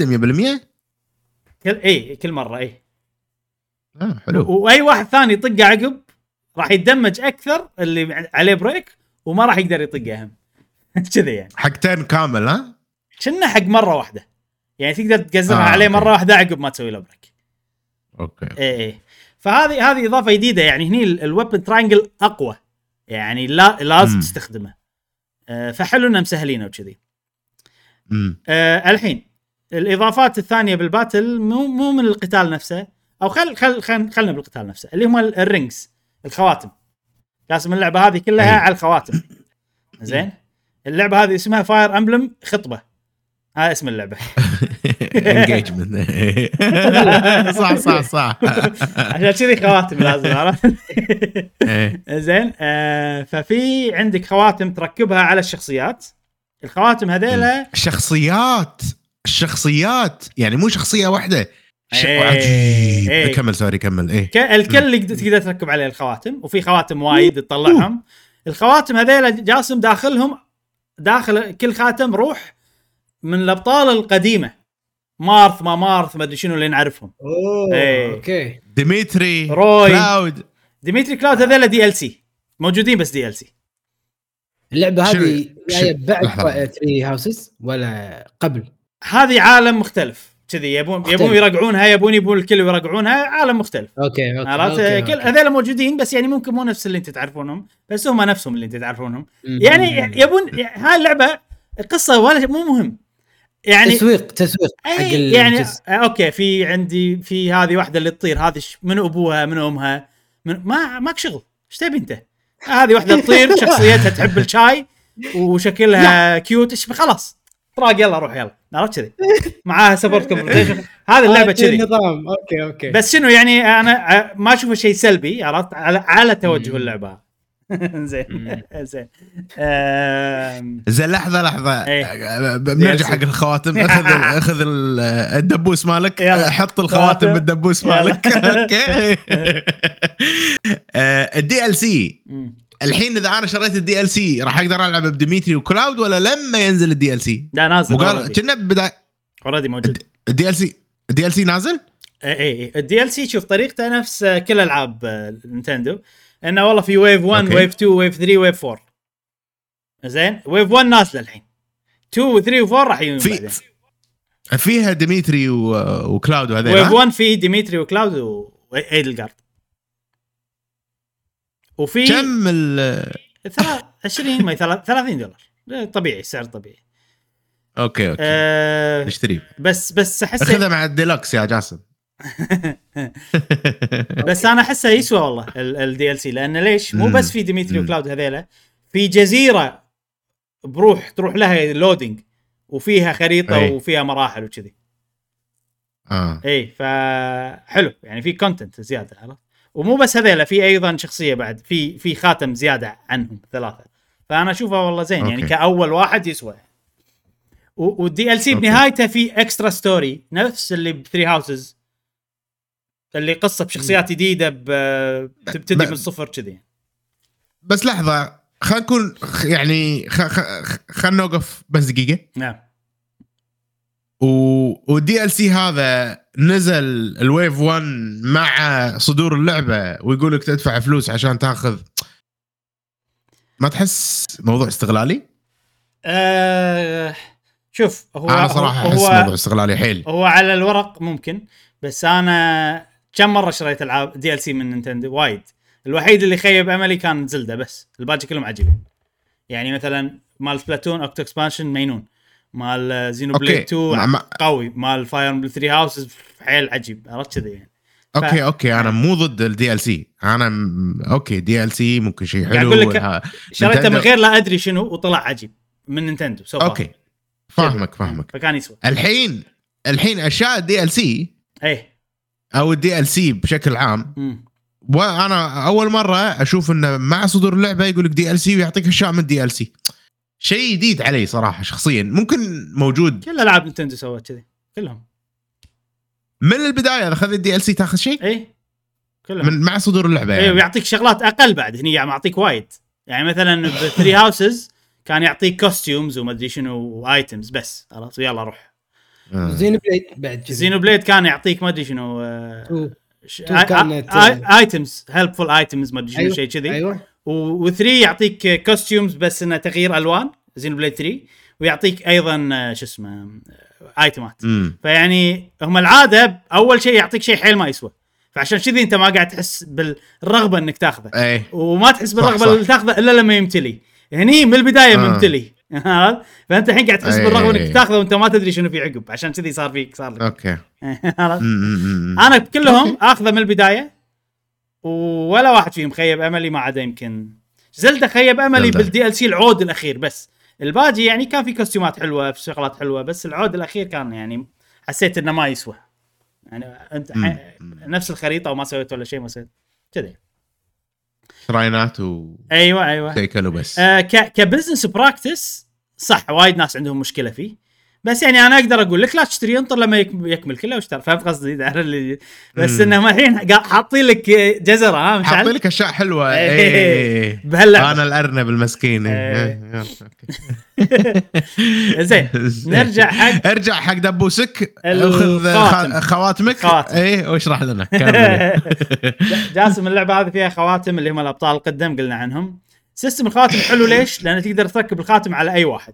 100% كل مره حلو واي واحد ثاني يطقه عقب راح يتدمج اكثر اللي عليه بريك وما راح يقدر يطقه هم كذا يعني حقتين كامل ها كنا حق مره واحده يعني تقدر تقزرها عليه مره واحده عقب ما تسوي له بريك اوكي فهذه اضافه جديده يعني هني الويبن تراينجل اقوى يعني لازم تستخدمه فحلو انهم مسهلينه وكذي الحين الاضافات الثانيه بالباتل مو من القتال نفسه او خلنا بالقتال نفسه اللي هم الرينجز الخواتم قاسم اللعبه هذه كلها على الخواتم زين اللعبه هذه اسمها فاير امبلم خطبه هذا اسم اللعبه انجيجمنت صح عشان كذي خواتم لازم عرفت زين ففي عندك خواتم تركبها على الشخصيات الخواتم هذيلا الشخصيات يعني مو شخصيه واحده عجيب كمل الكل اللي تقدر تركب عليه الخواتم وفي خواتم وايد تطلعهم الخواتم هذيلا جاسم داخل كل خاتم روح من الابطال القديمه مارث ما ادري شنو اللي نعرفهم اوكي ديميتري روي كلاود هذول دي ال سي موجودين بس دي ال سي اللعبه هذه بعد 3 هاوسز ولا قبل هذه عالم مختلف كذي يبون يرجعونها يبون الكل يرجعونها عالم مختلف اوكي عرفت كل هذول موجودين بس يعني ممكن مو نفس اللي انت تعرفونهم بس هم نفسهم اللي انت تعرفونهم يعني يبون هاي اللعبه القصه ولا مو مهم يعني تسويق حق يعني اوكي في عندي في هذه واحده اللي تطير هذه من ابوها من امها ماك شغل ايش تبي انت هذه واحده تطير شخصيتها تحب الشاي وشكلها كيوت ايش خلاص طراق يلا روح يلا عرفت كذي معاها سبورت كونفرسيشن هذه اللعبه كذي نظام اوكي بس شنو يعني انا ما اشوفه شيء سلبي عرفت على توجه اللعبه زين زين لحظه بنرجع حق الخواتم اخذ الدبوس مالك حط الخواتم بالدبوس مالك اوكي الدي ال سي الحين اذا انا شريت الدي ال سي راح اقدر العب بديميتري وكلاود ولا لما ينزل الدي ال سي لا نازل كنا بدا اوريدي موجود الدي ال سي نازل اي الدي ال سي شوف طريقته نفس كل العاب نينتندو انه والله في ويف 1 ويف 2 ويف 3 ويف 4 زين ويف 1 نازله الحين 2 و 3 و 4 راح يجون بعدين. فيها ديميتري وكلاود وهذول. ويف 1 فيه ديميتري وكلاود وايدلغارد. وفي كم 20 ما $30 طبيعي سعر طبيعي. اوكي نشتريه بس احس اخذها مع الديلكس يا جاسم. بس انا احسه يسوى والله الدي ال سي لان ليش مو بس في ديميتري وكلاود هذيلا في جزيره تروح لها لودينج وفيها خريطه وفيها مراحل وكذي. اي فحلو يعني في كونتنت زياده عرفت. ومو بس هذيلا في ايضا شخصيه بعد في خاتم زياده عنهم 3. فانا اشوفه والله زين يعني كاول واحد يسوى. والدي ال سي بنهايته في اكسترا ستوري نفس اللي ب3 هاوسز اللي قصه بشخصيات جديده بتبتدي من الصفر كذي. بس لحظه خلينا نكون يعني خلينا نوقف بس دقيقه. نعم. والدي ال سي هذا نزل الويف 1 مع صدور اللعبه ويقول لك تدفع فلوس عشان تاخذ. ما تحس موضوع استغلالي؟ شوف هو انا صراحه احس موضوع استغلالي حيل. هو على الورق ممكن بس انا كم مره شريت العاب دي ال سي من نينتندو وايد. الوحيد اللي خيب املي كان زلدة بس الباقي كلهم عجيبين. يعني مثلا مال سبلاتون اوكتو اكسبانشن مينون مال زينو بليد 2 قوي مال فاير امبلم 3 هاوسز حيل عجيب عرفت كذا يعني. اوكي انا مو ضد الدي ال سي. انا اوكي دي ال سي ممكن شيء حلو يعني اقول لك شريته من غير لا ادري شنو وطلع عجيب من نينتندو اوكي فاهمك فكان يسوى. الحين اشياء الدي ال سي او الدي ال سي بشكل عام وانا اول مره اشوف انه مع صدور اللعبه يقول لك دي ال سي ويعطيك اشياء من الدي ال سي. شيء جديد علي صراحه شخصيا. ممكن موجود كل العاب نينتندو سوت كذي كلهم من البدايه. اخذ الدي ال سي تاخذ شيء كلهم من مع صدور اللعبه يعني. ويعطيك شغلات اقل بعد هني يعني معطيك وايد. يعني مثلا ب3 هاوسز كان يعطيك كوستيومز وما ادري شنو وايتمز بس خلاص يلا روح. زينو بليد بعد زينو بليد كان يعطيك ما ادري شنو ايتمز هيلبفول ايتمز ما ادري شنو شيء كذي. و3 يعطيك كوستيومز بس انه تغيير الوان زينو بليد 3 ويعطيك ايضا شو اسمه ايتمات. فيعني هم العاده اول شيء يعطيك شيء حيل ما يسوى. فعشان كذي انت ما قاعد تحس بالرغبه انك تاخذه وما تحس بالرغبه اللي تاخذه الا لما يمتلي. هني من البدايه ممتلي فانت الحين قاعد تحس بالرغبه انك تاخذه وانت ما تدري شنو في عقب. عشان كذي صار لك اوكي انا كلهم اخذه من البدايه ولا واحد فيهم خيب املي ما عدا يمكن زلدة خيب املي بالدي ال سي العود الاخير. بس الباقي يعني كان في كوستيمات حلوه في شغلات حلوه بس العود الاخير كان يعني حسيت انه ما يسوى. يعني انت نفس الخريطه وما سويت ولا شيء ما سويت كذا شراينات ايوه سيكلوا بس. كبزنس براكتس صح وايد ناس عندهم مشكله فيه. بس يعني انا اقدر اقول لك لا تشتري انطر لما يكمل كله واشتري. فهمت قصدي اللي بس انهم الحين حاطين لك جزره حاطين لك اشياء حلوه بهاللعبه. انا الارنب المسكين. زين ارجع حق دبوسك اخذ خواتمك واشرح لنا جاسم. اللعبه هذه فيها خواتم اللي هم الابطال القدم قلنا عنهم. سيستم الخواتم حلو ليش؟ لان تقدر تركب الخاتم على اي واحد.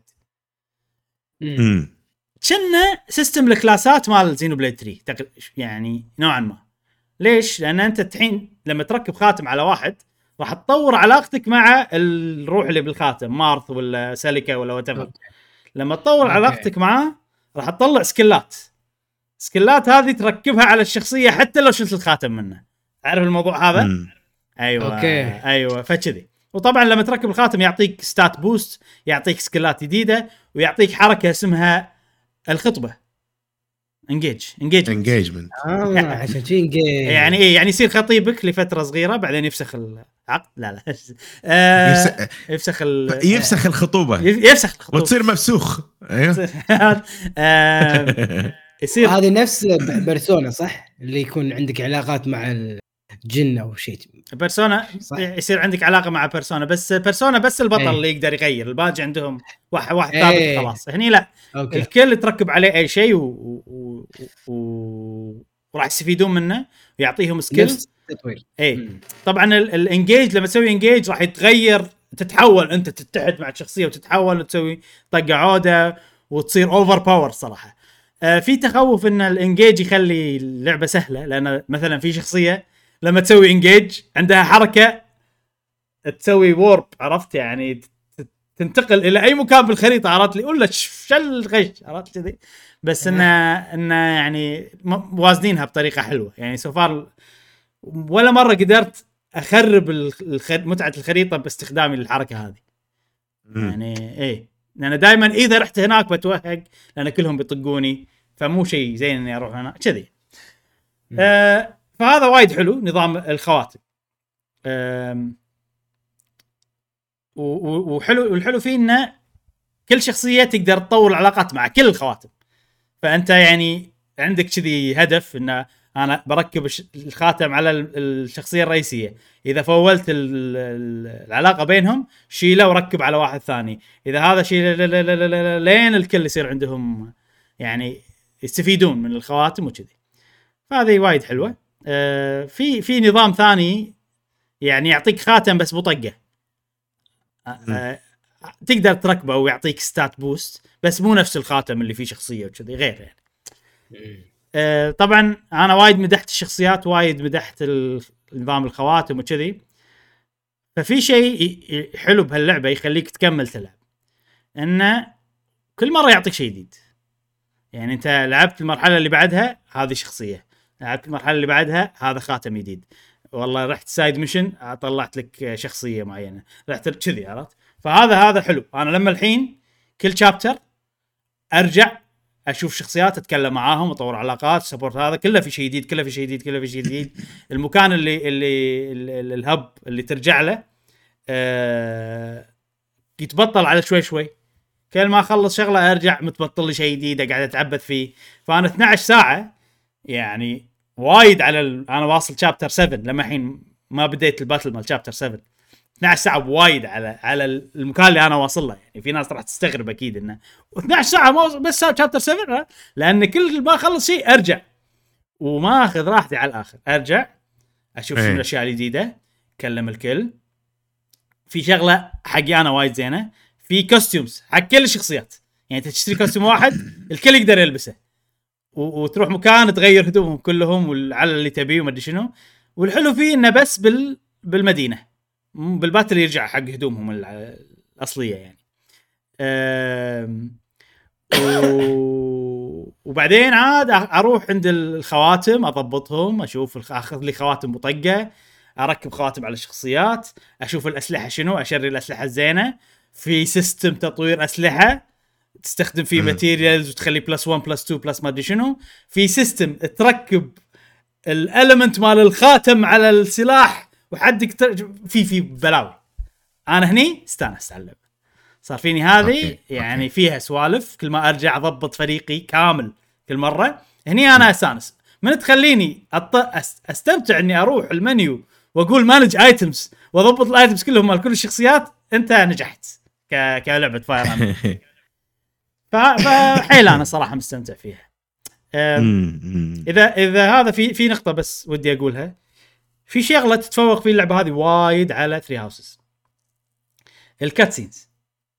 كنا سيستم الكلاسات مال زينو بليد 3 يعني نوعا ما. ليش؟ لان انت الحين لما تركب خاتم على واحد راح تطور علاقتك مع الروح اللي بالخاتم مارث ولا ساليكا ولا واتفر. لما تطور علاقتك معاه راح تطلع سكيلات هذه تركبها على الشخصيه حتى لو شلت الخاتم منه. عارف الموضوع هذا؟ ايوه فكذي. وطبعا لما تركب الخاتم يعطيك ستات بوست يعطيك سكيلات جديده ويعطيك حركه اسمها الخطبه انجيجمنت. عشان شيء يعني ايه يعني يصير خطيبك لفتره صغيره بعدين يفسخ العقد. لا يفسخ الخطوبه وتصير مفسوخ. يصير هذه نفس بيرسونا صح اللي يكون عندك علاقات مع الجن او شيء. بيرسونا يصير عندك علاقه مع بيرسونا بس البطل اللي يقدر يغير. الباقي عندهم واحد ثابت خلاص. هني لا الكل تركب عليه اي شيء وراح يستفيدون منه ويعطيهم سكيلز تطوير. طبعا الانجيج لما تسوي انجيج راح يتغير تتحول انت تتحد مع الشخصيه وتتحول وتسوي طقه عوده وتصير اوفر باور صراحه. في تخوف ان الانجيج يخلي اللعبه سهله، لان مثلا في شخصيه لما تسوي انجيج عندها حركه تسوي وورب، عرفت يعني تنتقل الى اي مكان بالخريطه، عرفت لي ولا شل غش، عرفت كذي. بس انه يعني موازنينها بطريقه حلوه يعني سوفار. ولا مره قدرت اخرب متعه الخريطه باستخدامي للحركه هذه. يعني ايه، لان دائما اذا رحت هناك بتوهق لان كلهم بيطقوني، فمو شيء زين اني اروح هنا كذي. فهذا وايد حلو نظام الخواتم. وحلو، والحلو فيه انه كل شخصيه تقدر تطور علاقات مع كل الخواتم. فانت يعني عندك كذي هدف ان انا بركب الخاتم على الشخصيه الرئيسيه، اذا فولت العلاقه بينهم شيله وركب على واحد ثاني، اذا هذا شيله لين الكل يصير عندهم يعني يستفيدون من الخواتم وكذي. فهذه وايد حلوه. في نظام ثاني يعني يعطيك خاتم بس بطقه، تقدر تركبه ويعطيك ستات بوست، بس مو نفس الخاتم اللي فيه شخصيه وكذي، غير يعني. طبعا انا وايد مدحت الشخصيات، وايد مدحت نظام الخواتم وكذي. ففي شيء حلو بهاللعبه يخليك تكمل تلعب، انه كل مره يعطيك شيء جديد. يعني انت لعبت المرحله اللي بعدها هذه شخصيه، لعبت المرحله اللي بعدها هذا خاتم جديد، والله رحت سايد ميشن طلعت لك شخصيه معينه، رحت كذي، عرفت. فهذا حلو. انا لما الحين كل شابتر ارجع اشوف شخصيات، اتكلم معاهم، اطور علاقات، سبورت، هذا كله في شيء جديد، كله في شيء جديد، كله في شيء جديد. المكان اللي الهب اللي ترجع له يتبطل على شوي شوي، كل ما اخلص شغله ارجع متبطل لي شيء جديد قاعد اتعبث فيه. فانا 12 ساعه يعني وايد على انا واصل شابتر 7 لما الحين ما بديت الباتل مال شابتر 7. 12 ساعه وايد على المكان اللي انا واصل له. يعني في ناس راح تستغرب اكيد انه 12 ساعه بس شابتر 7، لان كل ما اخلص شيء ارجع وما اخذ راحتي على الاخر، ارجع اشوف شنو الاشياء الجديده، كلم الكل. في شغله حقي انا وايد زينه، في كوستيومز حق كل الشخصيات، يعني تشتري كوستيوم واحد الكل يقدر يلبسه، وتروح مكان تغير هدومهم كلهم على اللي تبيه وما ادري شنو. والحلو فيه انه بس بالمدينه، بالباتل يرجع حق هدومهم الاصليه يعني. وبعدين عاد اروح عند الخواتم اضبطهم، اشوف اخذ لي خواتم بطقه، اركب خواتم على الشخصيات، اشوف الاسلحه شنو، اشري الاسلحه الزينه. في سيستم تطوير اسلحه تستخدم فيه ماتيريالز وتخلي بلس 1 بلس 2 بلس ما ادري شنو. في سيستم تركب الاليمنت مال الخاتم على السلاح وحدك في بلاوي. انا هني استانست على اللعبه، صار فيني هذه يعني فيها سوالف. كل ما ارجع اضبط فريقي كامل كل مره، هني انا استانس. من تخليني استمتع اني اروح المنيو واقول مانج ايتمز واضبط الايتمز كلهم مال كل الشخصيات، انت نجحت كلعبه فاير. فحيل انا صراحه مستمتع فيها. اذا هذا في نقطه بس ودي اقولها، في شغله تتفوق في اللعبه هذه وايد على 3 هاوسز، الكاتسينز.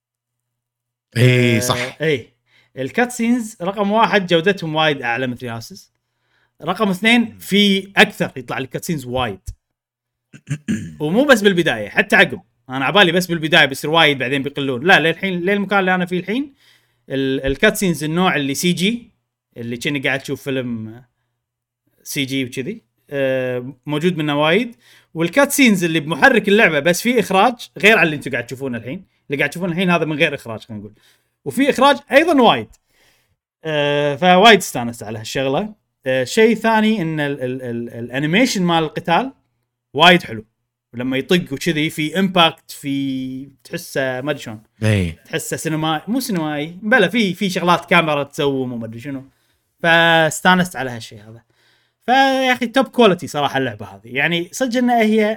اي صح، اي الكاتسينز رقم 1 جودتهم وايد اعلى من 3 هاوسز. رقم 2 في اكثر، يطلع لك كاتسينز وايد، ومو بس بالبدايه حتى عقب. انا عبالي بس بالبدايه بيصير وايد بعدين بيقلون، لا للحين للمكان اللي انا فيه الحين الكاتسينز النوع اللي سي جي، اللي كأني قاعد تشوف فيلم سي جي وكذي، موجود منه وايد. والكاتسينز اللي بمحرك اللعبه بس في اخراج غير على اللي انتم قاعد تشوفونه الحين، اللي قاعد تشوفونه الحين هذا من غير اخراج خلينا نقول، وفي اخراج ايضا وايد. فوايد استانست على هالشغله. شيء ثاني ان الانيميشن مال القتال وايد حلو، ولما يطق وكذي في امباكت، في تحسه ما ادري شلون، تحسه سينمائي، مو سينمائي بلا في شغلات كاميرا تسوم وما ادري شنو. فاستانست على هالشيء هذا. فيا اخي توب كواليتي صراحه اللعبه هذه، يعني صدق انها هي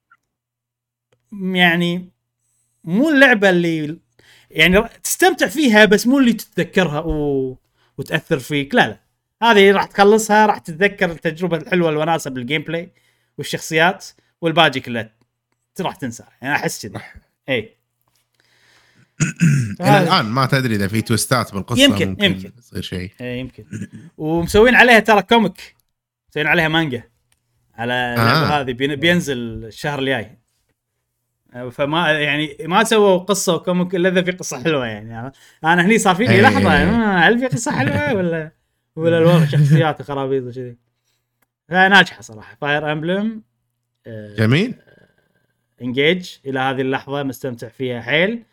يعني مو اللعبه اللي يعني تستمتع فيها بس مو اللي تتذكرها وتاثر فيك، لا هذه راح تخلصها راح تتذكر التجربه الحلوه الوناسه بالجيم بلاي والشخصيات، والباقي كله راح تنسى. يعني احس كذا اي الى الان ما تدري اذا في تويستات بالقصه، يمكن ممكن يصير شيء. يمكن. ومسوين عليها ترى كوميك، مسوين عليها مانجا على اللعبه هذه، بينزل الشهر الجاي. فما يعني ما سووا قصه وكوميك الا اذا في قصه حلوه. يعني انا هني صار فيني لحظه هل في قصه حلوه ولا الوضع شخصيات وخرابيط وكذي. ناجحه صراحه فاير امبلم. جميل. انجيج الى هذه اللحظه مستمتع فيها حيل.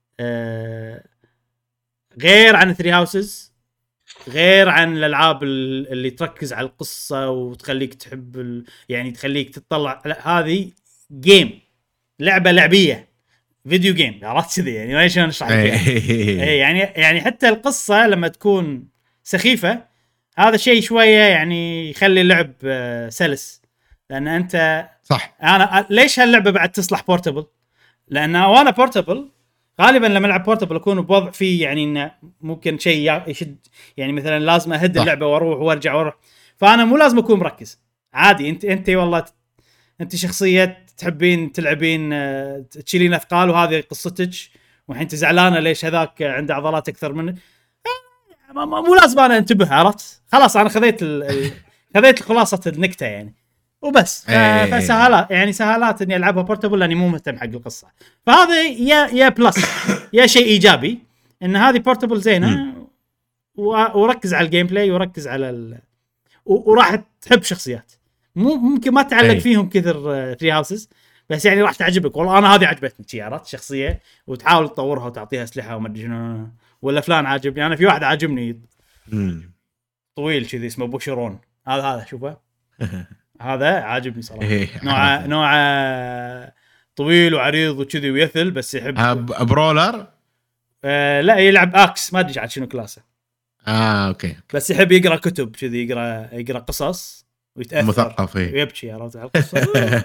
غير عن 3 هاوسز، غير عن الالعاب اللي تركز على القصه وتخليك تحب يعني تخليك تطلع، لا هذه جيم، لعبه لعبيه، فيديو جيم، عرفت كذي يعني ما شلون اشرح لك. يعني حتى القصه لما تكون سخيفه هذا شيء شويه يعني يخلي اللعب سلس، لان انت صح. انا ليش هاللعبه بعد تصلح بورتبل؟ لان وانا بورتبل غالبا لما العب بورتبل اكون بوضع فيه يعني انه ممكن شيء يشد، يعني مثلا لازم اهد اللعبه واروح وارجع فانا مو لازم اكون مركز عادي. انت والله انت شخصيه تحبين تلعبين تشيلين اثقال وهذه قصتك، والحين انت زعلانه ليش هذاك عنده عضلات اكثر منك، مو لازم انا انتبه، عرفت؟ خلاص انا خذيت خلاصه النكته يعني وبس. فسهالات يعني سهالات اني العبها بورتبل لاني مو مهتم حق القصه. فهذا يا بلس يا شيء ايجابي ان هذه بورتبل زينه وركز على الجيم بلاي وركز على وراح تحب شخصيات ممكن ما تعلق فيهم كثر 3 هاوسز، بس يعني راح تعجبك. والله انا هذه عجبتني شي، عرفت؟ شخصيه وتحاول تطورها وتعطيها اسلحه وما ادري شنو. ولا فلان عاجبني انا، في واحد عاجبني طويل كذي اسمه بوشيرون، هذا شوفه هذا عاجبني صراحه. نوع طويل وعريض وكذي ويثل، بس يحب برولر. لا يلعب اكس، ما ادري عاد شنو كلاسه. اوكي. بس يحب يقرا كتب كذي، يقرا قصص ويتاثر مثقف ويبكي، عرفت على القصه.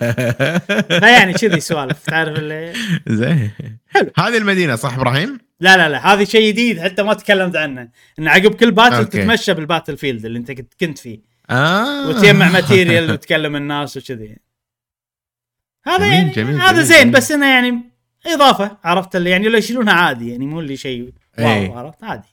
فيعني كذي سوالف تعرف اللي زين. هذه المدينه صح ابراهيم؟ لا هذه شيء جديد حتى ما تكلمت عنه، ان عقب كل باتل تتمشى بالباتل فيلد اللي انت كنت فيه وتجمع ماتيريال وتكلم الناس وكذي. هذا يعني جميل هذا جميل زين جميل. بس انه يعني اضافه، عرفت اللي يعني لو يشيلونها عادي، يعني مو اللي شيء واو، عرفت؟ عادي.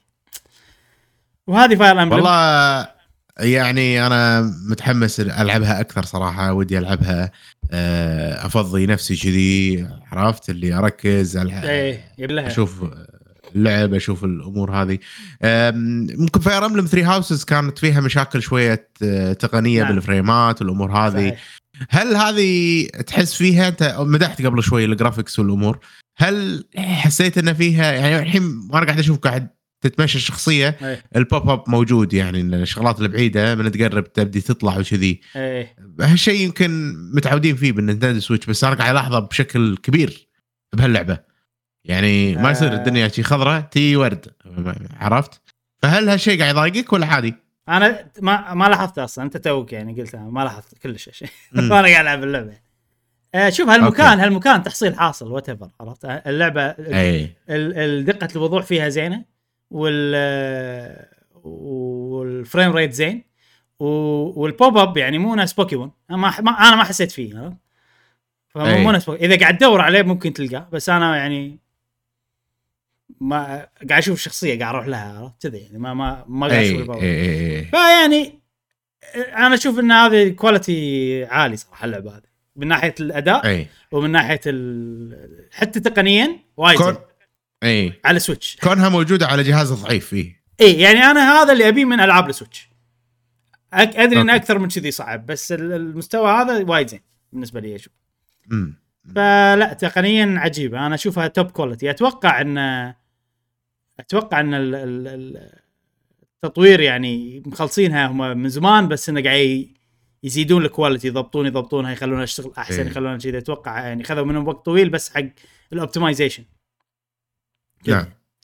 وهذه فاير امبلم والله يعني انا متحمس العبها اكثر صراحه، ودي العبها افضي نفسي كذي، عرفت اللي اركز اشوف اللعب، اشوف الامور هذه. ممكن فاير امبلم 3 هاوسز كانت فيها مشاكل شويه تقنيه بالفريمات والامور هذه. صحيح. هل هذه تحس فيها انت مدحت قبل شوي الجرافيكس والامور، هل حسيت ان فيها يعني الحين وانا قاعد اشوف قاعد تتمشى الشخصيه البوب اب موجود، يعني الشغلات البعيده من تقرب تبدي تطلع وكذي. هالشيء يمكن متعودين فيه بالنينتندو سويتش، بس انا قاعد الاحظه بشكل كبير بهاللعبه. يعني ما يصير الدنيا شي خضراء تي ورد، عرفت؟ فهل هالشيء قاعد يضايقك ولا عادي؟ انا ما لاحظت اصلا، انت توك يعني قلت ما لاحظت كل شيء. وانا قاعد العب اللعبه. شوف هالمكان تحصيل حاصل واتيفر، عرفت؟ اللعبه الدقه الوضوح فيها زينه، والفريم ريت زين، والبوب اب يعني مو ناس بوكيمون. انا ما حسيت فيه، مو ناس اذا قاعد تدور عليه ممكن تلقاه، بس انا يعني ما قاعد اشوف الشخصيه قاعد اروح لها كذا، يعني ما قاعد اشوف البوب. فيعني انا اشوف ان هذه كواليتي عالي صراحه اللعبه هذه، من ناحيه الاداء ومن ناحيه حتى تقنيا وايد على سويتش، كونها موجوده على جهاز ضعيف فيه. يعني انا هذا اللي ابيه من العاب السويتش. ادري ان اكثر من كذي صعب، بس المستوى هذا وايد زين بالنسبه لي اشوف. فلا تقنيا عجيبه، انا اشوفها توب كواليتي. اتوقع ان التطوير يعني مخلصينها هم من زمان، بس انه قاعد يزيدون الكواليتي، يضبطونها يخلونها تشتغل احسن، يخلونها كذا. اتوقع يعني خذوا منهم وقت طويل بس حق الاوبتمايزيشن. نعم.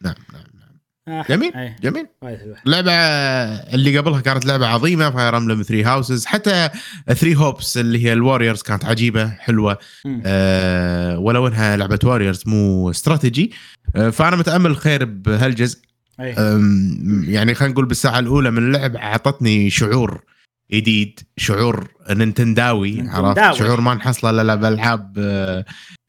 جميل. لعبة اللي قبلها كانت لعبة عظيمة، فاير امبلم 3 هاوسز، حتى 3 هوبس اللي هي الواريورز كانت عجيبة حلوة. ولو انها لعبة واريورز مو استراتيجي، فانا متأمل الخير بهالجزء. يعني خلينا نقول بالساعة الأولى من اللعب أعطتني شعور جديد، شعور نينتنداوي، عرفت؟ شعور ما نحصله إلا بألعاب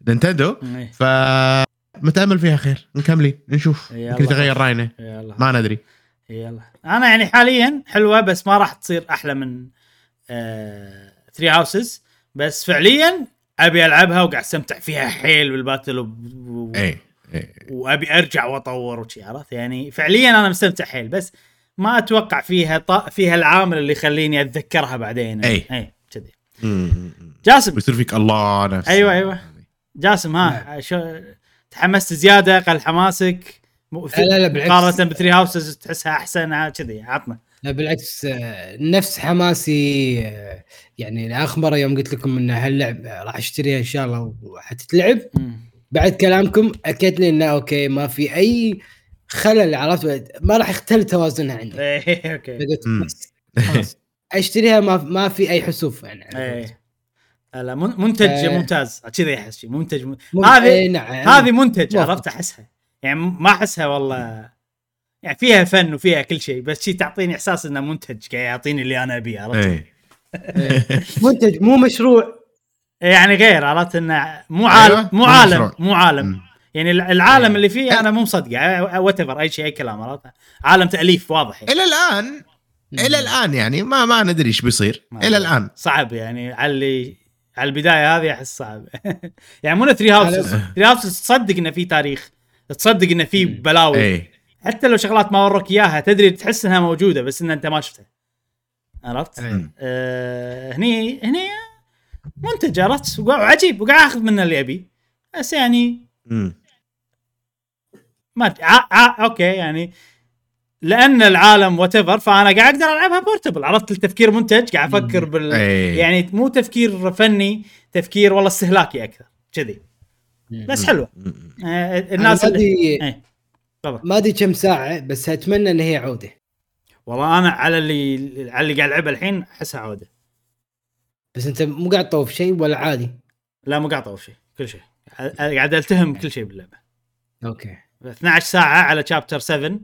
نينتندو إيه. فمتأمل فيها خير نكملي نشوف يلا. يمكن تغير راينا يلا ما ندري يلا انا يعني حاليا حلوه بس ما راح تصير احلى من 3 هاوسز بس فعليا ابي العبها وقاعد استمتع فيها حيل بالباتل اي وابي ارجع واطور وشي عرفت يعني فعليا انا مستمتع حيل بس ما اتوقع فيها العامل اللي يخليني اتذكرها بعدين اي كذي جاسم بيصير فيك الله نفسه ايوه جاسم ها شو تحمست زياده قل حماسك لا بالعكس مقارنه ب3 هاوسز تحسها احسن كذي عطنا لا بالعكس نفس حماسي يعني اخر مره يوم قلت لكم ان هاللعبه راح اشتريها ان شاء الله وحتتلعب بعد كلامكم اكدت لي انه اوكي ما في اي خلل عرفت ما راح يختل توازنها عندي اوكي خلاص اشتريها ما في اي حسوف يعني لا منتج ممتاز كذا يحس شيء منتج نعم. هذه منتج عرفت احسها يعني ما احسها والله يعني فيها فن وفيها كل شيء بس شيء تعطيني احساس انه منتج قاعد يعطيني اللي انا ابيه عرفت منتج مو مشروع يعني غير عرفت انه مو عالم يعني العالم اللي فيه انا مو مصدقه واتفر اي شيء اي كلام عرفت عالم تاليف واضح يعني. الى الان يعني ما ندري ايش بيصير الى الان صعب يعني على البدايه هذه احس صعب يعني مو 3 هاوسز تصدق انه في تاريخ تصدق انه في بلاوي حتى لو شغلات ما وروك اياها تدري تحس انها موجوده بس ان انت ما شفتها عرفت هني منتج عرفت وعجيب وقاعد اخذ منه اللي ابي بس يعني ما اوكي يعني لان العالم واتيفر فانا قاعد اقدر العبها بورتبل عرفت التفكير منتج قاعد افكر يعني مو تفكير فني تفكير والله استهلاكي اكثر كذي بس حلوه الناس اللي ما ادري كم ساعه بس اتمنى ان هي عوده والله انا على اللي قاعد العبها الحين احسها عوده بس انت مو قاعد تطوف شيء ولا عادي لا مو قاعد اطوف شيء كل شيء قاعد التهم كل شيء باللعبه اوكي 12 ساعه على شابتر 7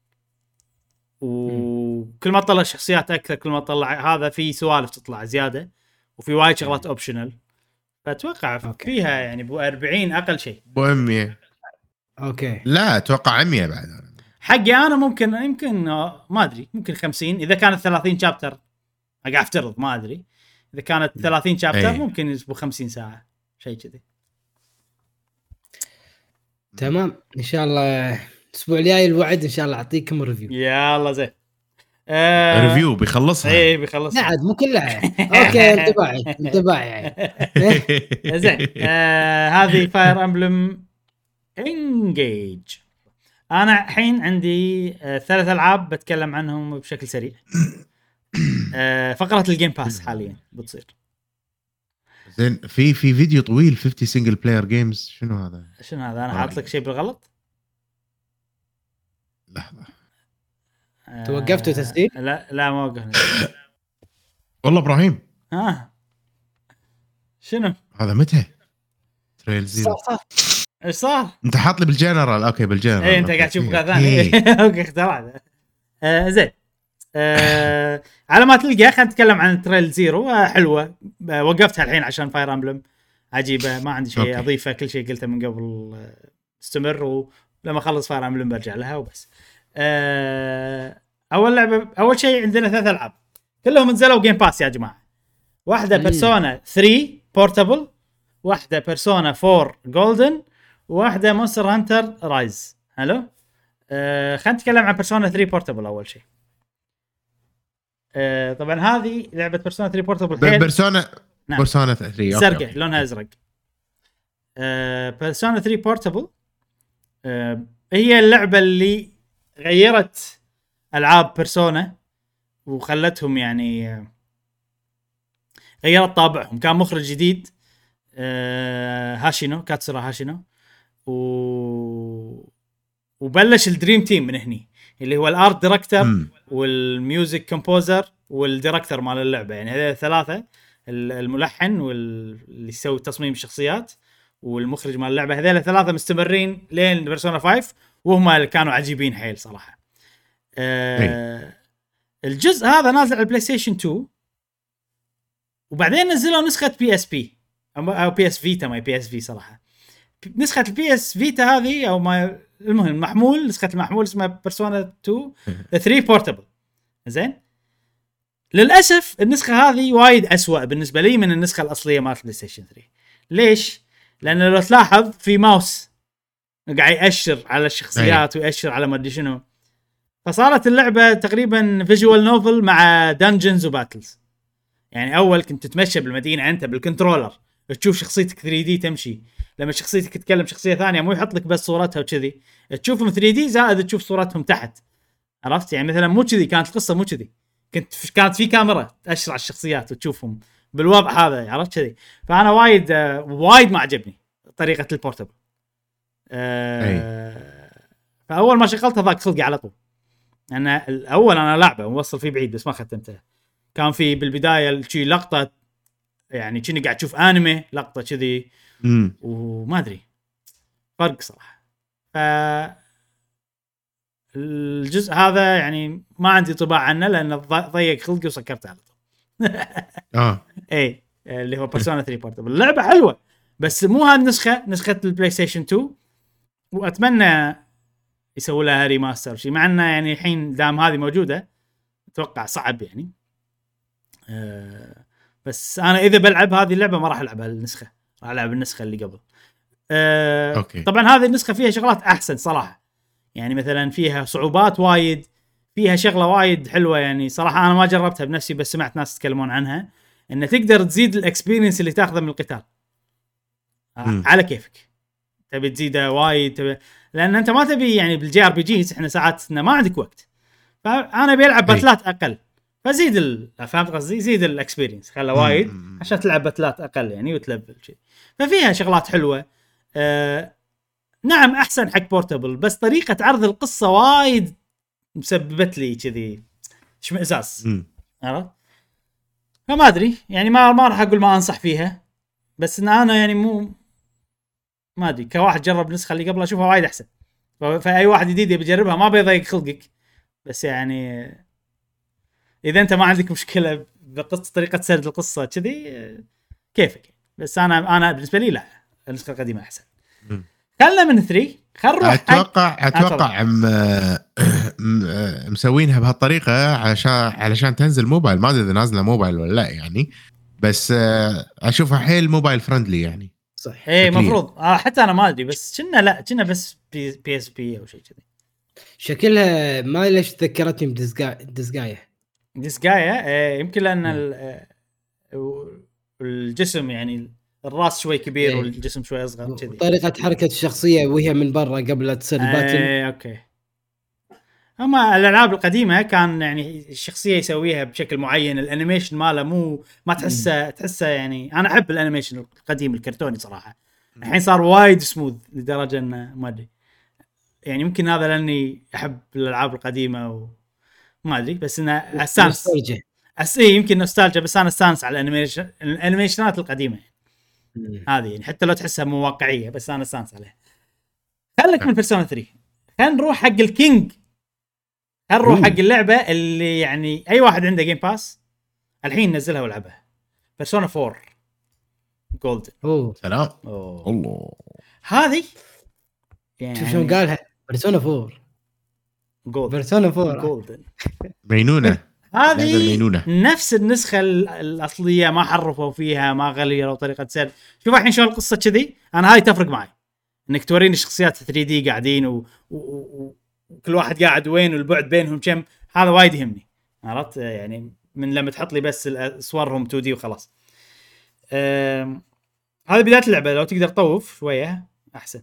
وكل ما تطلع شخصيات اكثر كل ما تطلع هذا في سوالف تطلع زياده وفي وايد شغلات اوبشنال فاتوقع فيها يعني ب 40 اقل شيء ب 100 اوكي لا اتوقع 100 بعد حقي انا يمكن ما ادري ممكن 50 اذا كانت 30 شابتر قاعد افترض ما ادري اذا كانت 30 شابتر ممكن يسبوا 50 ساعه شيء كذي تمام ان شاء الله الاسبوع الجاي الوعد ان شاء الله اعطيكم ريفيو يلا زين ريفيو بيخلصها اي بيخلصها لا مو كلها اوكي انطباعي زين هذه فاير امبلم انجيج انا الحين عندي 3 العاب بتكلم عنهم بشكل سريع فقره الجيم باس حاليا بتصير زين في فيديو طويل 50 سنجل بلاير جيمز شنو هذا انا حاط لك شيء بالغلط لحظه توقفتوا تسجيل لا ما وقفنا والله ابراهيم شنو هذا متى تريل زيرو ايش صار انت حاط لي بالجنرال اوكي بالجنرال انت قاعد تشوف ثاني اوكي اخترعت زين على ما تلقى خلينا نتكلم عن تريل زيرو حلوه وقفتها الحين عشان فاير امبلم عجيبه ما عندي شيء اضيفه كل شيء قلته من قبل استمر ولما اخلص فاير امبلم برجع لها وبس اول شيء عندنا 3 العاب كلهم نزلوا جيم باس يا جماعه واحده بيرسونا 3 بورتابل واحده بيرسونا 4 جولدن وواحده مونستر هانتر رايز حلو خلينا نتكلم عن بيرسونا 3 بورتابل اول شيء طبعا هذه لعبه بيرسونا 3 بورتابل بيرسونا بيرسونا 3 زرقاء لونها ازرق بيرسونا 3 بورتابل هي اللعبه اللي غيرت العاب بيرسونا وخلتهم يعني غيرت طابعهم كان مخرج جديد هاشينو كاتسورا هاشينو وبلش الدريم تيم من هني اللي هو الارت دايركتور والميوزك كومبوزر والدايركتور مال اللعبه يعني هذول 3 الملحن واللي يسوي تصميم الشخصيات والمخرج مال اللعبه هذول 3 مستمرين لين بيرسونا 5 وهم اللي كانوا عجيبين حيل صراحه الجزء هذا نازل على البلاي ستيشن 2 وبعدين نزلوا نسخه بي اس بي او بي اس فيتا ما بي اس في صراحه نسخه البي اس فيتا هذه او ما المهم محمول نسخه المحمول اسمها بيرسونا 2 3 بورتبل. زين للاسف النسخه هذه وايد أسوأ بالنسبه لي من النسخه الاصليه مال بلاي ستيشن 3. ليش؟ لان لو تلاحظ في ماوس قاعد يأشر على الشخصيات ويأشر على ما ادري شنو، فصارت اللعبه تقريبا فيجوال نوفل مع دنجنز وباتلز. يعني اول كنت تتمشى بالمدينه انت بالكنترولر تشوف شخصيتك 3 دي تمشي، لما شخصيتك تتكلم شخصيه ثانيه مو يحط لك بس صورتها وكذي، تشوفهم 3 دي زائد تشوف صورتهم تحت. عرفت يعني مثلا مو كذي كانت القصه، مو كذي كانت في كاميرا تأشر على الشخصيات وتشوفهم بالوضع هذا. عرفت كذي؟ فانا وايد ما عجبني طريقه البورتبل. فاول ما شغلتها ضاق خلقي على طول. انا الاول انا لعبه موصل فيه بعيد بس ما ختمتها. كان في بالبدايه شي لقطه يعني كني قاعد اشوف انمي لقطه كذي وما ادري فرق صراحه. ف الجزء هذا يعني ما عندي طباع عنه لانه ضيق خلقي وسكرته على طول. اي اللي هو بيرسونا 3 بورتبل. اللعبه حلوه بس مو هالنسخه، نسخه البلاي ستيشن 2، واتمنى يسووا لها ريماستر شيء، مع انه يعني الحين دام هذه موجوده اتوقع صعب يعني. بس انا اذا بلعب هذه اللعبه ما راح العبها النسخه، راح العب النسخه اللي قبل. طبعا هذه النسخه فيها شغلات احسن صراحه، يعني مثلا فيها صعوبات وايد، فيها شغله وايد حلوه يعني صراحه انا ما جربتها بنفسي بس سمعت ناس يتكلمون عنها، ان تقدر تزيد الاكسبيرينس اللي تاخذه من القتال على كيفك. تبي تزيده وايد لان انت ما تبي يعني بالجي ار بي جيز احنا ساعات ما عندك وقت، فانا بيلعب باتلات اقل فزيد فهمت قصدي؟ زيد الاكسبيرينس خله وايد عشان تلعب باتلات اقل يعني وتلفل شيء. ففيها شغلات حلوه. نعم احسن حق بورتبل، بس طريقه عرض القصه وايد مسببت لي كذي اشمئزاز. عرفت؟ فما ادري يعني ما راح اقول ما انصح فيها، بس ان انا يعني مو ما ادري كواحد جرب النسخه اللي قبلها اشوفها وايد احسن. فاي واحد جديد يجربها ما بيضايق خلقك، بس يعني اذا انت ما عندك مشكله بقصه طريقه سرد القصه كذي كيفك. بس انا بالنسبه لي لا النسخه القديمه احسن. خلنا من 3 خل نروح. اتوقع مسوينها بهالطريقه علشان تنزل موبايل، ما ادري اذا نازله موبايل ولا لا يعني، بس اشوفها حيل موبايل فرندلي يعني. صح ايه مفروض. حتى انا ما ادري بس كنا بس بي اس بي او شيء كذي. شكلها ما ليش ذكرتني ديسجايا يمكن لان الجسم يعني الراس شوي كبير والجسم شوي اصغر كذي. طريقه حركه الشخصيه وهي من برا قبل لا تصير الباتل. اوكي. اما الالعاب القديمه كان يعني الشخصيه يسويها بشكل معين، الانيميشن ماله مو ما تحسه يعني انا احب الانيميشن القديم الكرتوني صراحه. الحين صار وايد سموث لدرجه انه ما ادري يعني يمكن هذا لاني احب الالعاب القديمه وما ادري، بس انه استانس يمكن نوستالجيا، بس انا استانس على الانيميشنات القديمه هذه يعني حتى لو تحسها مو واقعيه بس انا استانس عليها. خليك من بيرسونا 3 خلينا نروح حق الكينج، نروح حق اللعبه اللي يعني اي واحد عنده جيم باس الحين نزلها ولعبها، بيرسونا 4 جولدن. سلام الله هذه يعني شوف شلون قالها بيرسونا 4 بيرسونا 4 جولدن مينونه. هذه نفس النسخه الاصليه ما حرفوا فيها ما غيروا طريقه سرد. شوف الحين شلون القصه كذي، انا هاي تفرق معي انك توريني شخصيات 3 دي قاعدين وكل واحد قاعد وين والبعد بينهم كم، هذا وايد يهمني. عرفت يعني من لما تحط لي بس صورهم 2 دي وخلاص. هذه بدايه اللعبه، لو تقدر تطوف شويه احسن.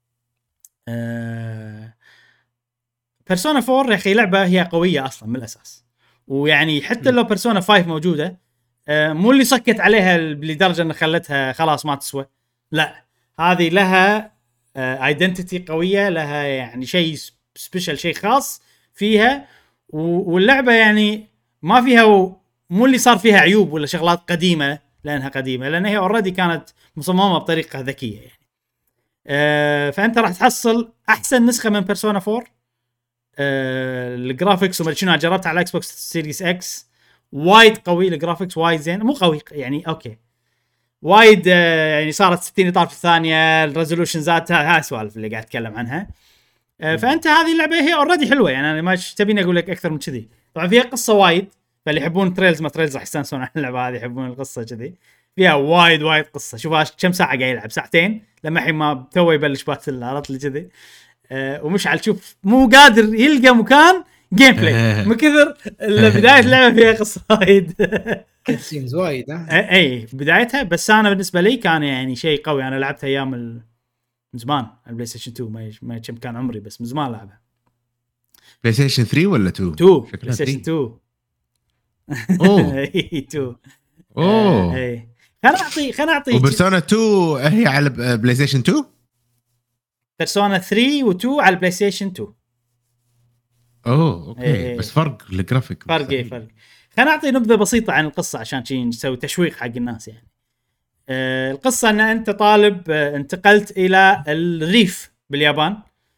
بيرسونا 4 يا اخي لعبه هي قويه اصلا من الاساس، ويعني حتى لو بيرسونا 5 موجوده مو اللي سكت عليها لدرجه ان خلتها خلاص ما تسوى، لا هذه لها ايدنتيتي قويه، لها يعني شيء سبيشال شيء خاص فيها، واللعبه يعني ما فيها مو اللي صار فيها عيوب ولا شغلات قديمه لانها قديمه، لان هي اوريدي كانت مصممه بطريقه ذكيه يعني. فانت راح تحصل احسن نسخه من بيرسونا 4. الجرافيكس وما شنو جربت على اكس بوكس سيريس اكس وايد قوي، الجرافيكس وايد زين، مو قوي يعني اوكي، وايد يعني صارت 60 اطار في الثانيه، الريزولوشن زاد، هاي السوالف اللي قاعد اتكلم عنها. فانت هذه اللعبه هي اوريدي حلوه يعني، انا ما تبيني اقول لك اكثر من كذي. طبعا فيها قصه وايد، فاللي يحبون تريلز ما تريلز راح يستانسون على اللعبه هذه، يحبون القصه كذي. فيها وايد قصه. شوف كم ساعه قاعد يلعب، ساعتين لما الحين ما تو يبلش باتل، عرفت لي كذي. ومشعل شوف مو قادر يلقى مكان جيم بلاي من كثر بدايه اللعبه فيها قصه وايد. كاتسينز وايد اي بدايتها. بس انا بالنسبه لي كان يعني شيء قوي. انا لعبتها ايام من زمان البلاي ستيشن 2، ما كم كان عمري، بس من زمان لعبها. بلاي ستيشن 3 ولا 2؟ بلاي ستيشن 2. اوه 2. اوه اي خلنا اعطي وبرسونا 2 هي على بلاي ستيشن 2. بيرسونا 3 و2 على البلاي ستيشن 2. اوه اوكي. إيه. بس فرق الجرافيك، فرق. خلنا اعطي نبذه بسيطه عن القصه عشان شي نسوي تشويق حق الناس يعني. القصه ان انت طالب انتقلت الى الريف باليابان.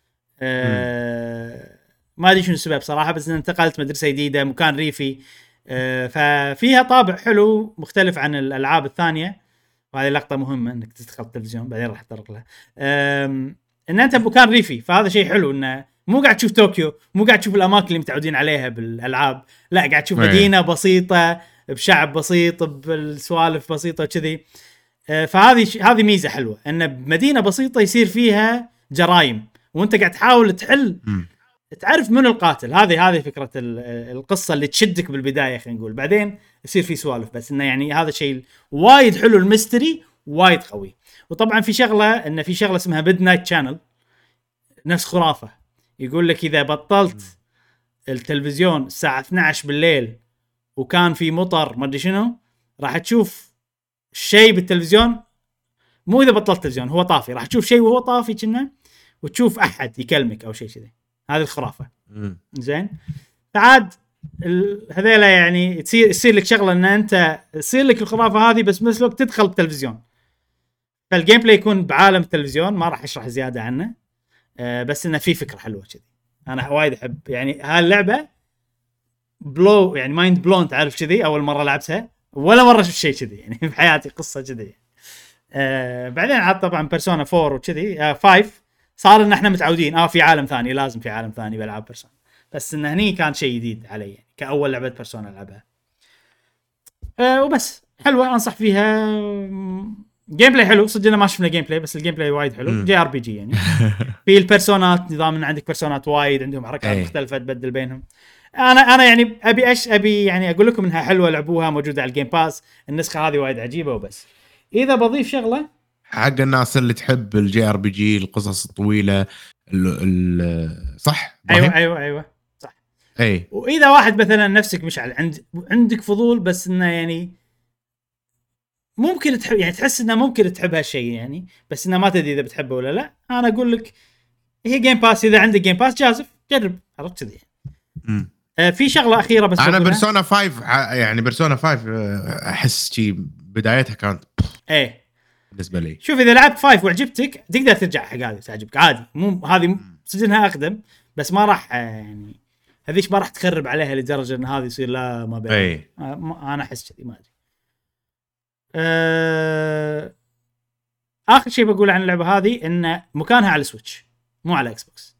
ما ادري شنو السبب صراحه، بس انتقلت مدرسه جديده، مكان ريفي. ففيها طابع حلو مختلف عن الالعاب الثانيه، وهذه لقطه مهمه انك تدخل التلفزيون بعدين راح اتطرق لها. ان انت بمكان ريفي، فهذا شيء حلو، انه مو قاعد تشوف طوكيو، مو قاعد تشوف الاماكن اللي متعودين عليها بالالعاب، لا قاعد تشوف مدينه بسيطه بشعب بسيط بالسوالف بسيطه كذي. فهذه ميزه حلوه، ان بمدينه بسيطه يصير فيها جرائم وانت قاعد تحاول تحل، تعرف من القاتل. هذه فكره القصه اللي تشدك بالبدايه، خلينا نقول. بعدين يصير في سوالف، بس انه يعني هذا شيء وايد حلو، الميستري وايد قوي. وطبعا في شغله اسمها ميد نايت شانل، نفس خرافه، يقول لك اذا بطلت التلفزيون الساعه 12 بالليل وكان في مطر ما ادري شنو، راح تشوف شيء بالتلفزيون. مو اذا بطلت التلفزيون هو طافي، راح تشوف شيء وهو طافي كنا، وتشوف احد يكلمك او شيء كذي. هذه الخرافه. زين. فعاد هذيلا يعني يصير لك شغله ان انت يصير لك الخرافه هذه، بس بنفس الوقت تدخل التلفزيون، فالجيم بلاي يكون بعالم التلفزيون. ما راح اشرح زياده عنه، بس انه في فكره حلوه كذي. انا وايد احب يعني هاللعبه، بلو يعني مايند بلون، تعرف كذي. اول مره لعبتها ولا مره شفت شيء كذي يعني في حياتي، قصه كذي. بعدين عاد طبعا بيرسونا 4 وكذي 5 صار ان احنا متعودين في عالم ثاني، لازم في عالم ثاني بالعاب بيرسونا، بس ان هني كان شيء جديد علي يعني كاول لعبه بيرسونا العبها. وبس حلوه، انصح فيها. جيم بلاي حلو صدق، ما شفنا جيم بلاي، بس الجيم بلاي وايد حلو. جي ار بي جي يعني. في البيرسونات نظام ان عندك بيرسونات وايد، عندهم حركات مختلفه تبدل بينهم. انا يعني ابي يعني اقول لكم انها حلوه، لعبوها، موجوده على الجيم باس النسخه هذه، وايد عجيبه. وبس اذا بضيف شغله حق الناس اللي تحب الجي ار بي جي، القصص الطويله، صح؟ ايوه صح. اي. واذا واحد مثلا نفسك مشعل عندك فضول، بس انه يعني ممكن تحب، يعني تحس انه ممكن تحب هالشيء يعني، بس انه ما تدري اذا بتحبه ولا لا، انا اقول لك هي جيم باس. اذا عندك جيم باس جازف جرب، عرفت كذي. في شغله اخيره بس انا بيرسونا 5 يعني بيرسونا 5 احس شي بدايتها كانت بالنسبه لي. شوف اذا لعبت 5 وعجبتك تقدر ترجع حق هذه تعجبك عادي. مو هذه سجنها اقدم، بس ما راح يعني هذيش ما راح تخرب عليها لدرجه ان هذه يصير لا ما بين. انا احس كذي، ما ادري. اخر شيء بقول عن اللعبه هذه ان مكانها على السويتش مو على اكس بوكس.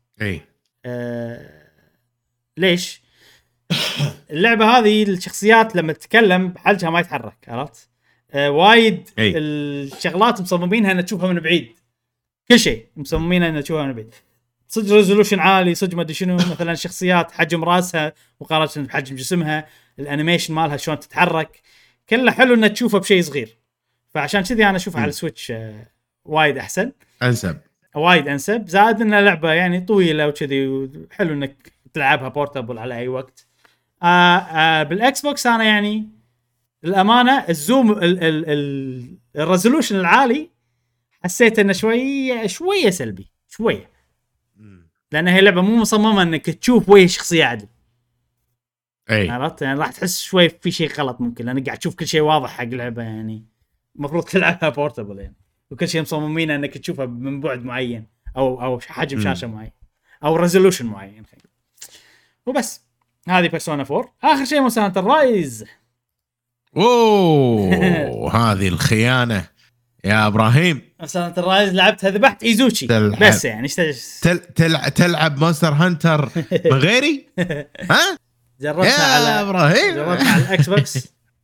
ليش؟ اللعبه هذه الشخصيات لما تتكلم حلجها ما يتحرك، عرفت؟ وايد الشغلات مصممينها ان تشوفها من بعيد، كل شيء مصممينها ان تشوفها من بعيد. صدق ريزولوشن عالي، صدق ما ادري شنو. مثلا شخصيات حجم راسها مقارنه بحجم جسمها، الانيميشن مالها شلون تتحرك، كله حلو ان تشوفه بشيء صغير. فعشان كذي انا اشوفها على السويتش وايد احسن، انسب، وايد انسب. زائد ان اللعبه يعني طويله وكذي، وحلو انك تلعبها بورتابل على اي وقت. بالاكس بوكس انا يعني الامانه الزوم الريزولوشن العالي حسيت انه شويه سلبي شويه، لان هي لعبه مو مصممه انك تشوف وجه شخصيه عدل. عرفت يعني راح تحس شوي في شيء غلط ممكن، لانك قاعد تشوف كل شيء واضح حق لعبه يعني المفروض تلعبها بورتابل يعني، وكل شيء مصممين انك تشوفها من بعد معين او حجم شاشه معين او ريزولوشن معين. وبس هذه بيرسونا 4. اخر شيء مونستر هانتر رايز. اوه هذه الخيانه يا ابراهيم مثلا الرايز لعبتها ذبحت ايزوتشي بس يعني تلعب مونستر هانتر من غيري ها جربتها على ابراهيم جربتها على الاكس بوكس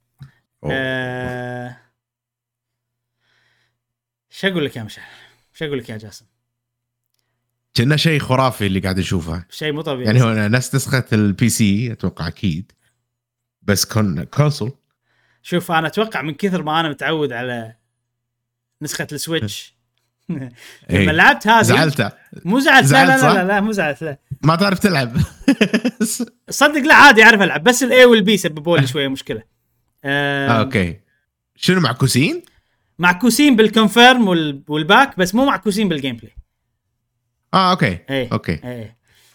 شو اقول لك يا مشعل شو اقول لك يا جاسم كنا شيء خرافي اللي قاعد نشوفه شيء مو طبيعي يعني هو نفس نسخه البي سي اتوقع اكيد بس كونسول شوف انا اتوقع من كثر ما انا متعود على نسخه السويتش لما لعبت هذه زعلت مو زعلت لا مو زعلت لا ما تعرف تلعب صدق لا عادي اعرف العب بس الاي والبي سببوا لي شويه مشكله اوكي شنو معكوسين بالكونفيرم والباك بس مو معكوسين بالجيم بلاي اوكي اوكي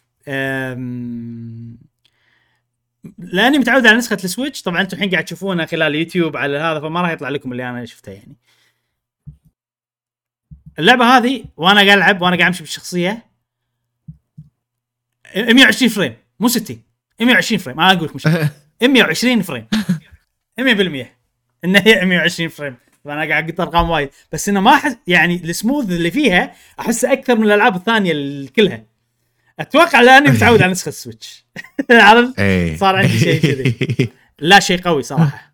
لاني متعود على نسخه السويتش طبعا انتم الحين قاعد تشوفونها خلال يوتيوب على هذا فما راح يطلع لكم اللي انا شفته يعني اللعبه هذه وانا قاعد العب وانا قاعد امشي بالشخصيه 120 فريم مو 60 120 فريم انا اقول لك مش 120 فريم 100% انها هي 120 فريم وانا قاعد اقط ارقام وايد بس انه ما احس يعني السموث اللي فيها احسه اكثر من الالعاب الثانيه كلها اتوقع لاني متعود على نسخه السويتش عرفت صار عندي شيء كذي لا شيء قوي صراحه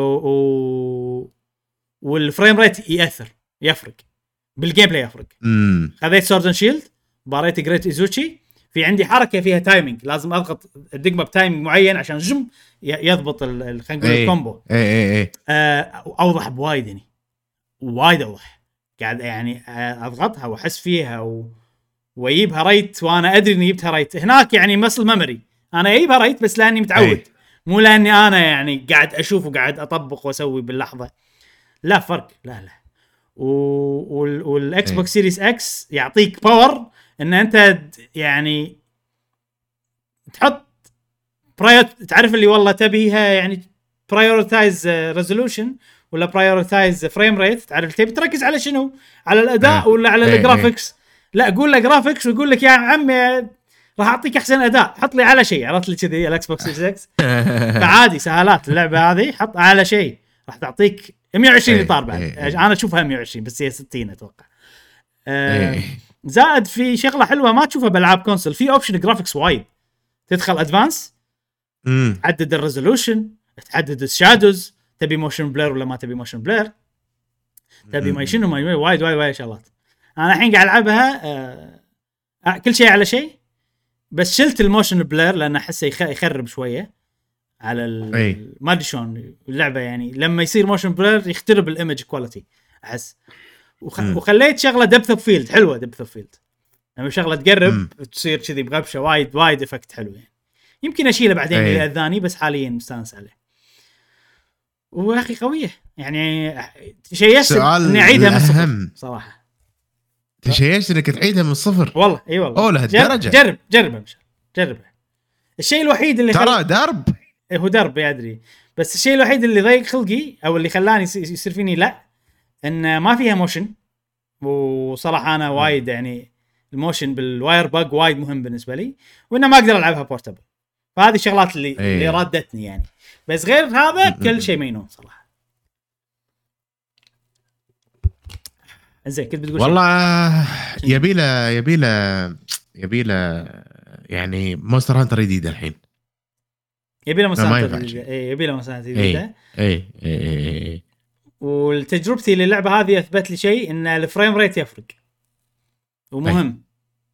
والفريم ريت يفرق بالجيم بلاي يفرق خذيت سورد اند شيلد باريت جريت ايزوتشي في عندي حركه فيها تايمينج لازم اضغط الدقمه بتايمينج معين عشان جم يضبط خلينا نقول الكومبو اوضح بوايد يعني وايد اوضح قاعد يعني اضغطها واحس فيها ويجيبها ريت وانا ادري اني جبتها ريت هناك يعني مسل ميموري انا اجيبها ريت بس لاني متعود مو لاني انا يعني قاعد اشوف وقاعد اطبق واسوي باللحظه لا فرق لا والاكس بوكس سيريس اكس يعطيك باور ان انت يعني تحط تعرف اللي والله تبيها يعني برايورتايز ريزولوشن ولا برايورتايز فريم ريت تعرف تبي تركز على شنو على الاداء ولا على الجرافيكس لا اقول له جرافيكس ويقول لك يا عمي راح اعطيك احسن اداء حط لي على شيء عرفت لي كذي الاكس بوكس سيريس اكس فعادي سهالات اللعبه هذه حط على شيء راح تعطيك 120 اطار بعد انا اشوفها 120 بس هي 60 اتوقع زائد في شغله حلوه ما تشوفها بالعاب كونسول في اوبشن جرافيكس وايد تدخل ادفانس تحدد الريزولوشن تحدد الشادوز تبي موشن بلير ولا ما تبي موشن بلير تبي ما شنو ما وايد شغلات انا الحين قاعد العبها كل شيء على شيء بس شلت الموشن بلير لان احسه يخرب شويه على ما ادري شلون اللعبه يعني لما يصير موشن بلير يخترب الايمج كواليتي احس وخليت شغله دبث اوف فيلد حلوه دبث اوف فيلد لما شغله تقرب تصير كذي بغبشه وايد افكت حلو يعني يمكن اشيله بعدين اللي اذاني بس حاليا مستانس عليه ويا اخي قويه يعني تشيشت اني اعيدها من الصفر صراحه تشيشت انك تعيدها من الصفر والله اي والله لهالدرجه جربه الشيء الوحيد اللي ترى درب هو درب يدري بس الشيء الوحيد اللي ضيق خلقي او اللي خلاني يصير فيني لا ان ما فيها موشن وصراحه انا وايد يعني الموشن بالواير باج وايد مهم بالنسبه لي وانه ما اقدر العبها بورتبل فهذه الشغلات اللي رادتني يعني بس غير هذا كل شيء مينون صراحه زين كنت بتقول والله يبيله يعني مونستر هانتر جديد الحين يبيله مونستر هانتر جديده اي والتجربتي للعبه هذه اثبت لي شيء ان الفريم ريت يفرق ومهم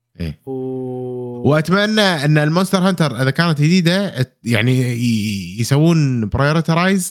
واتمنى ان المونستر هانتر اذا كانت جديده يعني يسوون برايورتايز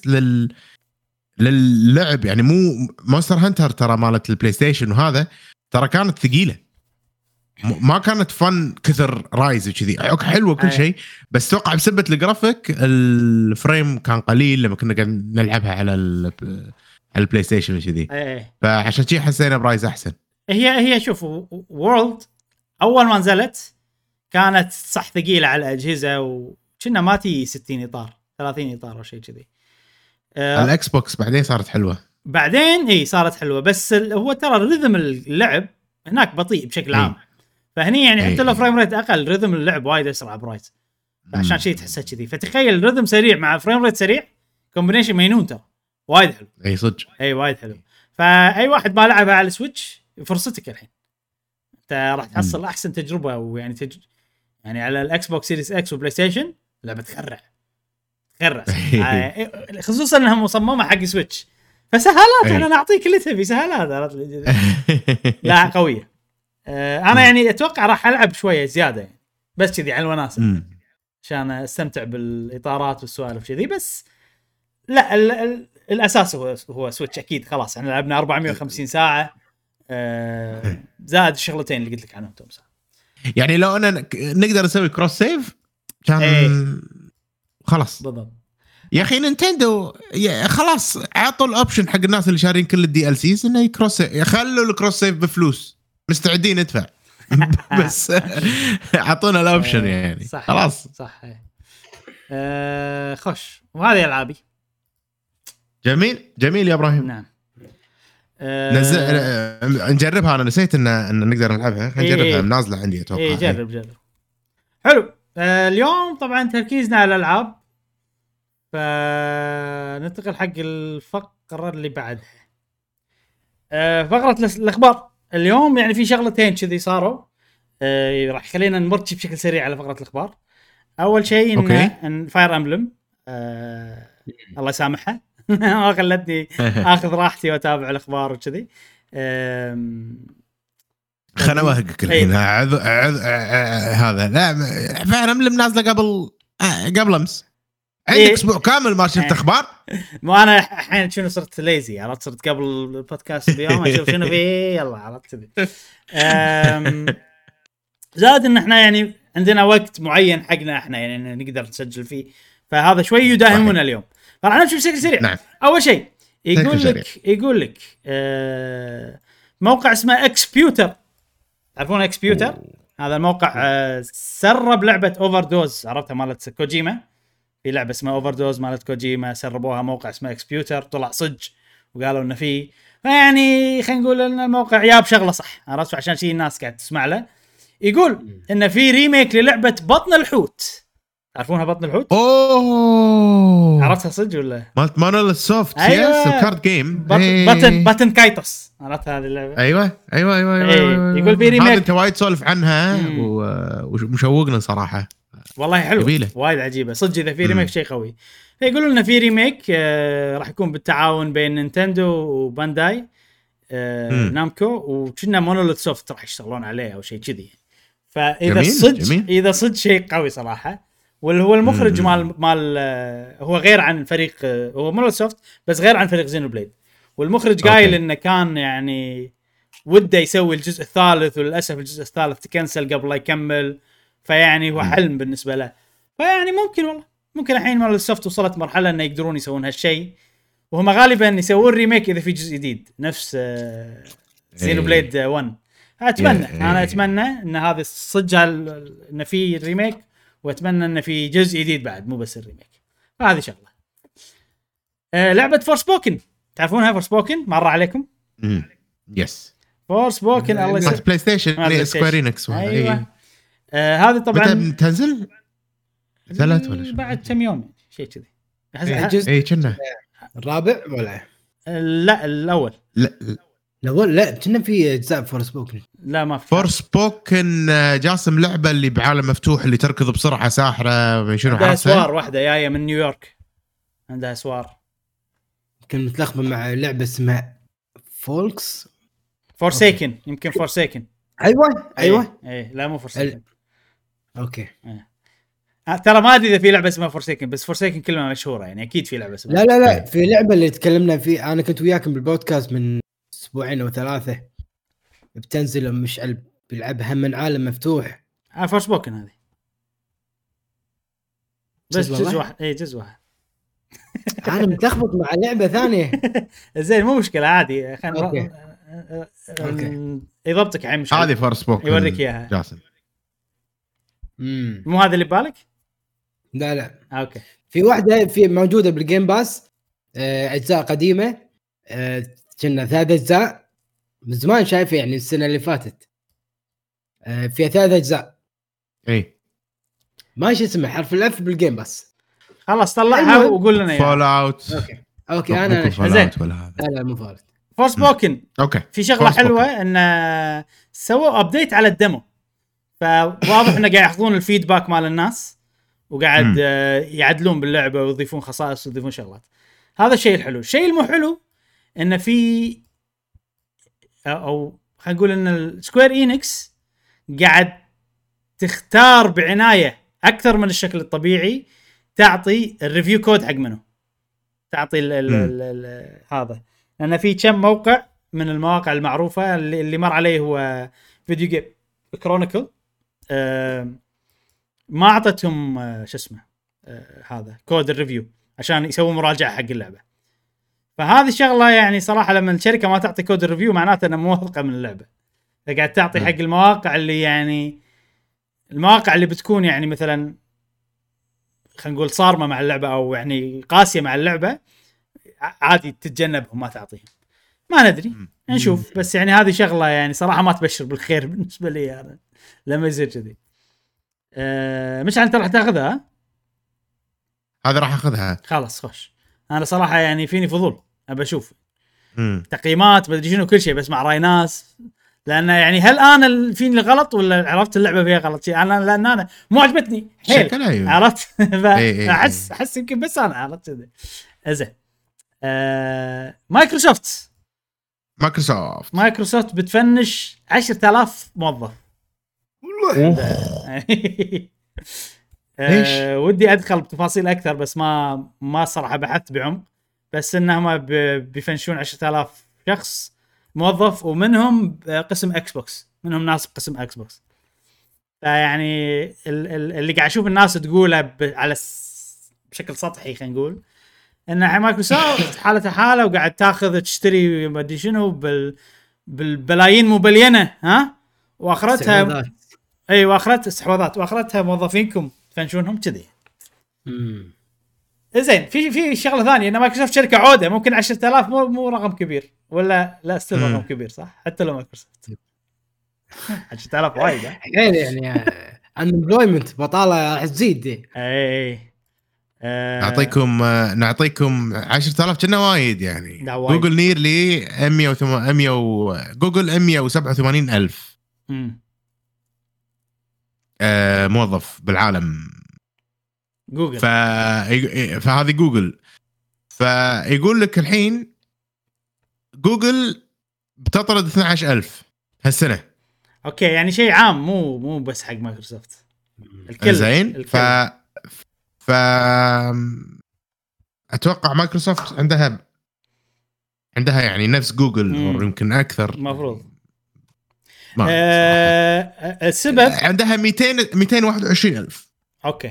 للعب يعني مو مونستر هانتر ترى مالت البلاي ستيشن وهذا ترى كانت ثقيله ما كانت فن كثر رايز وكذي حلوه كل شيء بس توقع بسبه الجرافيك الفريم كان قليل لما كنا قاعد نلعبها على البلاي ستيشن وكذي فعشان شيء حسينا برايز احسن هي شوف وورلد اول ما نزلت كانت صح ثقيله على الاجهزه وكنا ما تي 60 اطار 30 اطار او شيء كذي الاكس بوكس بعدين صارت حلوه بعدين صارت حلوه بس هو ترى رذم اللعب هناك بطيء بشكل عام فهني يعني حتى لو فريم ريت اقل رذم اللعب وايد اسرع برايت عشان شيء تحسه كذي فتخيل رذم سريع مع فريم ريت سريع كومبينيشن مينون ترى وايد حلو صدق وايد حلو فاي واحد ما لعبها على السويتش فرصتك الحين، انت راح تحصل احسن تجربه. ويعني يعني على الاكس بوكس سيريس اكس وبلاي ستيشن لعبه تخرع خصوصا انها مصممه حق سويتش، فسهلات انا نعطيك اللي تبي سهلات. لا قويه. انا يعني اتوقع راح العب شويه زياده يعني، بس كذي على الوناسه عشان استمتع بالاطارات والسوالف كذي. بس لا الاساس هو سويتش اكيد. خلاص احنا لعبنا 450 ساعه زائد الشغلتين اللي قلت لك عنهم توم. يعني لو انا نقدر نسوي كروس سيف كان خلاص بالضبط. يا اخي نينتندو خلاص عطوا الاوبشن حق الناس اللي شارين كل الدي ال سيز انه يكروس، يخلوا الكروس سيف بفلوس، مستعدين ندفع بس اعطونا الاوبشن يعني صح. خلاص صح. خش. وهذه العابي. جميل يا ابراهيم. نعم. نجربها. انا نسيت ان نقدر نلعبها. خلينا نجربها. نازله عندي اتوقع. جرب. حلو. اليوم طبعا تركيزنا على الالعاب، فننتقل حق الفقره اللي بعدها. فقره الاخبار اليوم. يعني في شغلتين كذي صاروا، راح خلينا نمر بشكل سريع على فقره الاخبار. اول شيء ان فاير امبلم الله يسامحها ما خلتني اخذ راحتي واتابع الاخبار وكذي. خلنا اوهقك الحين. هذا لا فاير امبلم نازله قبل امس. عندك اسبوع كامل ما شفت اخبار. ما انا الحين شنو صرت ليزي، عرفت؟ صرت قبل البودكاست بيوم اشوف شنو فيه يلا عرفت كذي. زاد ان احنا يعني عندنا وقت معين حقنا احنا يعني نقدر نسجل فيه، فهذا شوي يداهمنا اليوم. فراح نمشي بشكل سريع. نعم. اول شيء يقول لك موقع اسمه اكسبيوتر. تعرفون اكسبيوتر؟ هذا الموقع سرب لعبه اوفر دوز، عرفتها مالت كوجيما. في لعبه اسمها اوفر دوز مالت كوجيما سربوها موقع اسمه اكسبيوتر، طلع صج وقالوا انه فيه. فيعني خلينا نقول ان الموقع ياب شغله صح، عرفت؟ عشان شيء الناس قاعد تسمع له. يقول ان في ريميك للعبه بطن الحوت. تعرفونها بطن الحوت؟ عرفتها صدق ولا؟ مالت مانول السوفت. يس الكارد جيم. بطن كايتوس. عرفت هذه اللعبه؟ ايوه. يقول في ريميك. هذا انت وايد سولف عنها ومشوقنا صراحه. والله حلو وايد عجيبه صدق. اذا في ريميك شيء قوي. يقولوا لنا في ريميك راح يكون بالتعاون بين نينتندو وبانداي نامكو، وكنا مونوليث سوفت راح يشتغلون عليه او شيء كذي. فاذا صدق شيء قوي صراحه. واللي هو المخرج مال هو غير عن فريق، هو مونوليث سوفت بس غير عن فريق زينو بليد. والمخرج قايل انه كان يعني وده يسوي الجزء الثالث، وللاسف الجزء الثالث تكنسل قبل لا يكمل. فيعني هو حلم بالنسبه له. فيعني ممكن الحين مال السوفت وصلت مرحله انه يقدرون يسوون هالشيء، وهم غالبا يسوون ريميك اذا في جزء جديد نفس زينو بليد 1. انا اتمنى ان هذا الصجه ان في ريميك، واتمنى ان في جزء جديد بعد مو بس الريميك. هذه شغله. لعبه فورسبوكن تعرفونها؟ فورسبوكن مر عليكم؟ يس فورسبوكن الله يسلمك. بلاي ستيشن سكويرينكس. ايوه هذه طبعا تنزل ثلاث ولا بعد كم يوم شيء كذي. اي كنا الرابع ولا لا الاول. لا كنا في اجزاء فورسبوكن. لا ما في فورسبوكن. جاسم لعبه اللي بعالم مفتوح اللي تركض بسرعه ساحره شنو عندها اسوار واحده جايه من نيويورك، عندها اسوار. كان متلخبط مع لعبه اسمها فورسيكن. يمكن فورسيكن. ايوه ايه لا مو فورسيكن. اوكي. ترى ما ادري اذا في لعبه اسمها فورسيكن، بس فورسيكن كلمه مشهوره يعني اكيد في لعبه اسمها. لا في لعبه اللي تكلمنا فيه انا كنت وياكم بالبودكاست من اسبوعين او ثلاثه، بتنزل مشعل بيلعبها من عالم مفتوح. فورسبوكن هذه بس جزء واحد. جزء واحد. انا متلخبط مع لعبه ثانيه. زين مو مشكله عادي. اوكي. يضبطك عين مش هذه فورسبوكن يوريك اياها جاسم. مو هذا اللي ببالك؟ لا اوكي. في واحده في موجوده بالجيم باس، اجزاء قديمه، كنا 3 اجزاء من زمان شايفه يعني السنه اللي فاتت، فيها 3 اجزاء. اي ماشي اسمه حرف الاف بالجيم باس. خلاص طلعها وقول لنا فول اوت. اوكي انا زين. لا مو فول. فورسبوكن اوكي في شغله Forspoken. حلوه ان سووا ابديت على الديمو، فواضح انه قاعد ياخذون الفيدباك مال الناس وقاعد يعدلون باللعبه ويضيفون خصائص ويضيفون شغلات. هذا الشيء الحلو. الشيء المو حلو انه في او خلينا نقول ان السكوير إينكس قاعد تختار بعنايه اكثر من الشكل الطبيعي تعطي الريفيو كود حق منه، تعطي ال هذا، لان في كم موقع من المواقع المعروفه اللي مر عليه هو فيديو جيم كرونيكل ما اعطتهم شو اسمه هذا كود الريفيو عشان يسوون مراجعه حق اللعبه. فهذه الشغله يعني صراحه لما الشركه ما تعطي كود الريفيو معناته انها مو واثقه من اللعبه، فقاعد تعطي حق المواقع اللي يعني المواقع اللي بتكون يعني مثلا خلينا نقول صارمه مع اللعبه او يعني قاسيه مع اللعبه، عادي تتجنبهم ما تعطيهم. ما ندري نشوف، بس يعني هذه شغله يعني صراحه ما تبشر بالخير بالنسبه لي انا لما يصير كذي. مش انت راح تاخذها؟ هذا راح اخذها خلاص خوش. انا صراحه يعني فيني فضول ابى اشوف تقييمات ما ادري شنو كل شيء، بس مع راي ناس، لانه يعني هل انا فيني غلط ولا عرفت اللعبه فيها غلط شيء؟ انا لان انا مو عجبتني حيل عرفت. احس يمكن بس انا عرفت كذا. زين مايكروسوفت بتفنش 10,000 موظف. ودي ادخل بتفاصيل اكثر بس ما صراحه بحثت بعمق، بس انهم بيفنشون 10,000 شخص موظف، ومنهم قسم اكس بوكس، منهم ناس بقسم اكس بوكس. فيعني اللي قاعد اشوف الناس تقوله على بشكل سطحي خلينا نقول ان مايكروسوفت حالتها حاله وقاعد تاخذ تشتري ما ادري شنو بالبلايين مبلينه ها، واخرتها واخرتها استحواذات، واخرتها موظفينكم تفنشونهم كذي. زين في شغله ثانيه ان مايكروسوفت شركه عوده، ممكن 10,000 مو رقم كبير ولا لا؟ استل رقم كبير صح حتى لو مايكروسوفت 10,000 وايد حيل يعني unemployment بطاله راح تزيد. اي نعطيكم 10,000 كنا وايد يعني. جوجل نيرلي 100 جوجل 187,000 موظف بالعالم جوجل. فهذه جوجل. فيقول لك الحين جوجل بتطرد 12,000 هالسنة. اوكي يعني شيء عام مو بس حق مايكروسوفت الكل. زين ف اتوقع مايكروسوفت عندها يعني نفس جوجل يمكن اكثر المفروض. السبب عندها 221,000. اوكي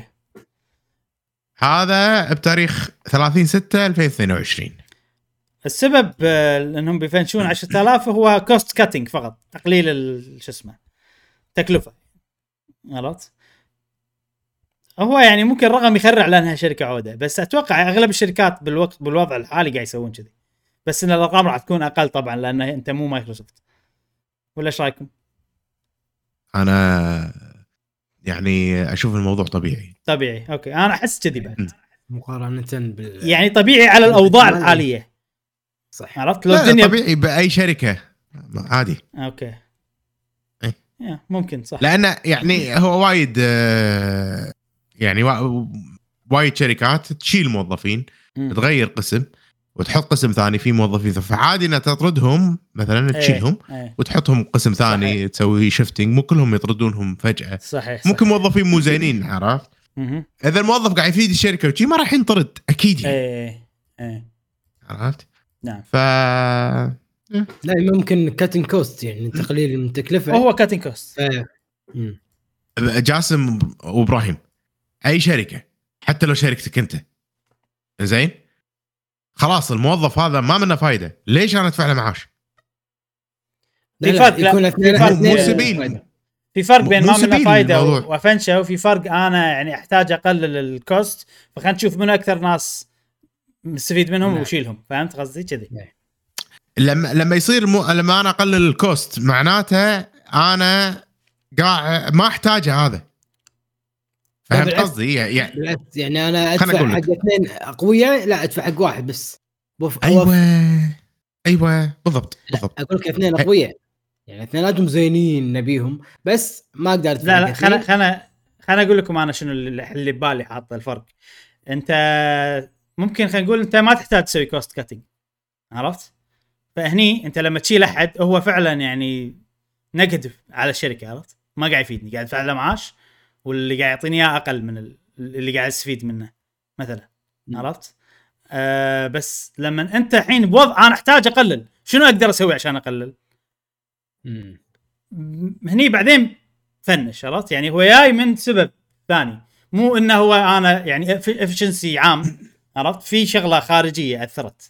هذا بتاريخ 30/6/2022. السبب انهم بيفنشون 10,000 هو كوست كاتينج فقط، تقليل شو اسمه تكلفه. غلط هو يعني ممكن رقم يخرع لانها شركه عوده، بس اتوقع اغلب الشركات بالوضع الحالي قاعد يسوون كذي، بس ان الارقام راح تكون اقل طبعا لان انت مو مايكروسوفت. ولا ايش رايكم؟ انا يعني اشوف الموضوع طبيعي. اوكي انا احس كذي بعد مقارنه يعني طبيعي على الاوضاع الحاليه صح. عرفت لو الدنيا طبيعي باي شركه عادي. اوكي ممكن صح، لان يعني هو وايد يعني وايد شركات تشيل موظفين تغير قسم وتحط قسم ثاني فيه موظفين، فعادي انها تطردهم مثلا تشيلهم وتحطهم قسم ثاني صحيح. تسوي شيفتنج، مو كلهم يطردونهم فجأة. صحيح. ممكن موظفين مو زينين عرفت. اذا الموظف قاعد يفيد الشركه وشي ما راح ينطرد اكيد يعني. عرفت. نعم. لا ممكن كاتين كوست يعني تقليل من التكلفه. هو كاتين كوست. جاسم وابراهيم اي شركه حتى لو شركتك انت زين خلاص الموظف هذا ما منه فايده، ليش انا ادفع له معاش؟ في فرق يكون في فرق بين ما منه فايده وفنشه، وفي فرق انا يعني احتاج اقلل الكوست، فخلينا نشوف من اكثر ناس مستفيد منهم وشيلهم. فهمت قصدي كذي؟ لما يصير لما انا اقلل الكوست معناته انا قاعد ما احتاجه هذا. فهمت قصدي؟ يعني انا ادفع حق اثنين اقوياء لا ادفع حق واحد بس. ايوه ايوه بالضبط. اقول لك اثنين اقوياء، يعني اثنيناتهم زينين نبيهم، بس ما اقدر لا خلنا اقول لكم انا شنو اللي ببالي حاط الفرق. انت ممكن خلينا نقول انت ما تحتاج تسوي كوست كاتنج، عرفت؟ فهني انت لما تشيل احد هو فعلا يعني نيجاتيف على الشركه، عرفت؟ ما قاعد يفيدني، قاعد ادفع له معاش واللي قاعد يعطيني اياه اقل من اللي قاعد استفيد منه مثلا، عرفت؟ بس لما انت الحين بوضع انا احتاج اقلل، شنو اقدر اسوي عشان اقلل؟ هني بعدين فنش، عرفت؟ يعني هو جاي من سبب ثاني، مو انه هو انا يعني افشنسي عام، عرفت؟ في شغله خارجيه اثرت.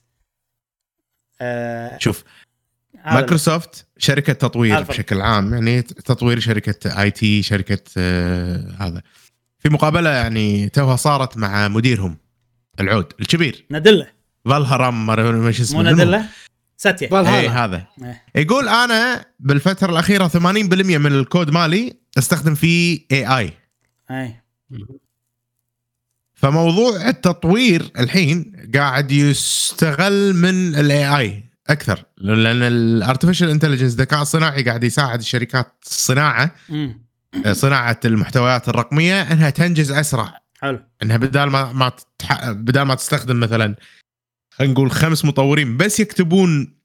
شوف مايكروسوفت شركه تطوير بشكل عام، يعني تطوير شركه اي تي، شركه هذا. في مقابله يعني توها صارت مع مديرهم العود الكبير ندله فالهرام، مش اسمه مو ندله ساتيا، هذا يقول انا بالفتره الاخيره 80% من الكود مالي استخدم فيه اي. فموضوع التطوير الحين قاعد يستغل من الاي اكثر، لان الارتفيشال انتليجنس الذكاء الصناعي قاعد يساعد الشركات صناعه المحتويات الرقميه انها تنجز اسرع. حلو. انها بدال ما تستخدم مثلا خلينا نقول 5 مطورين بس يكتبون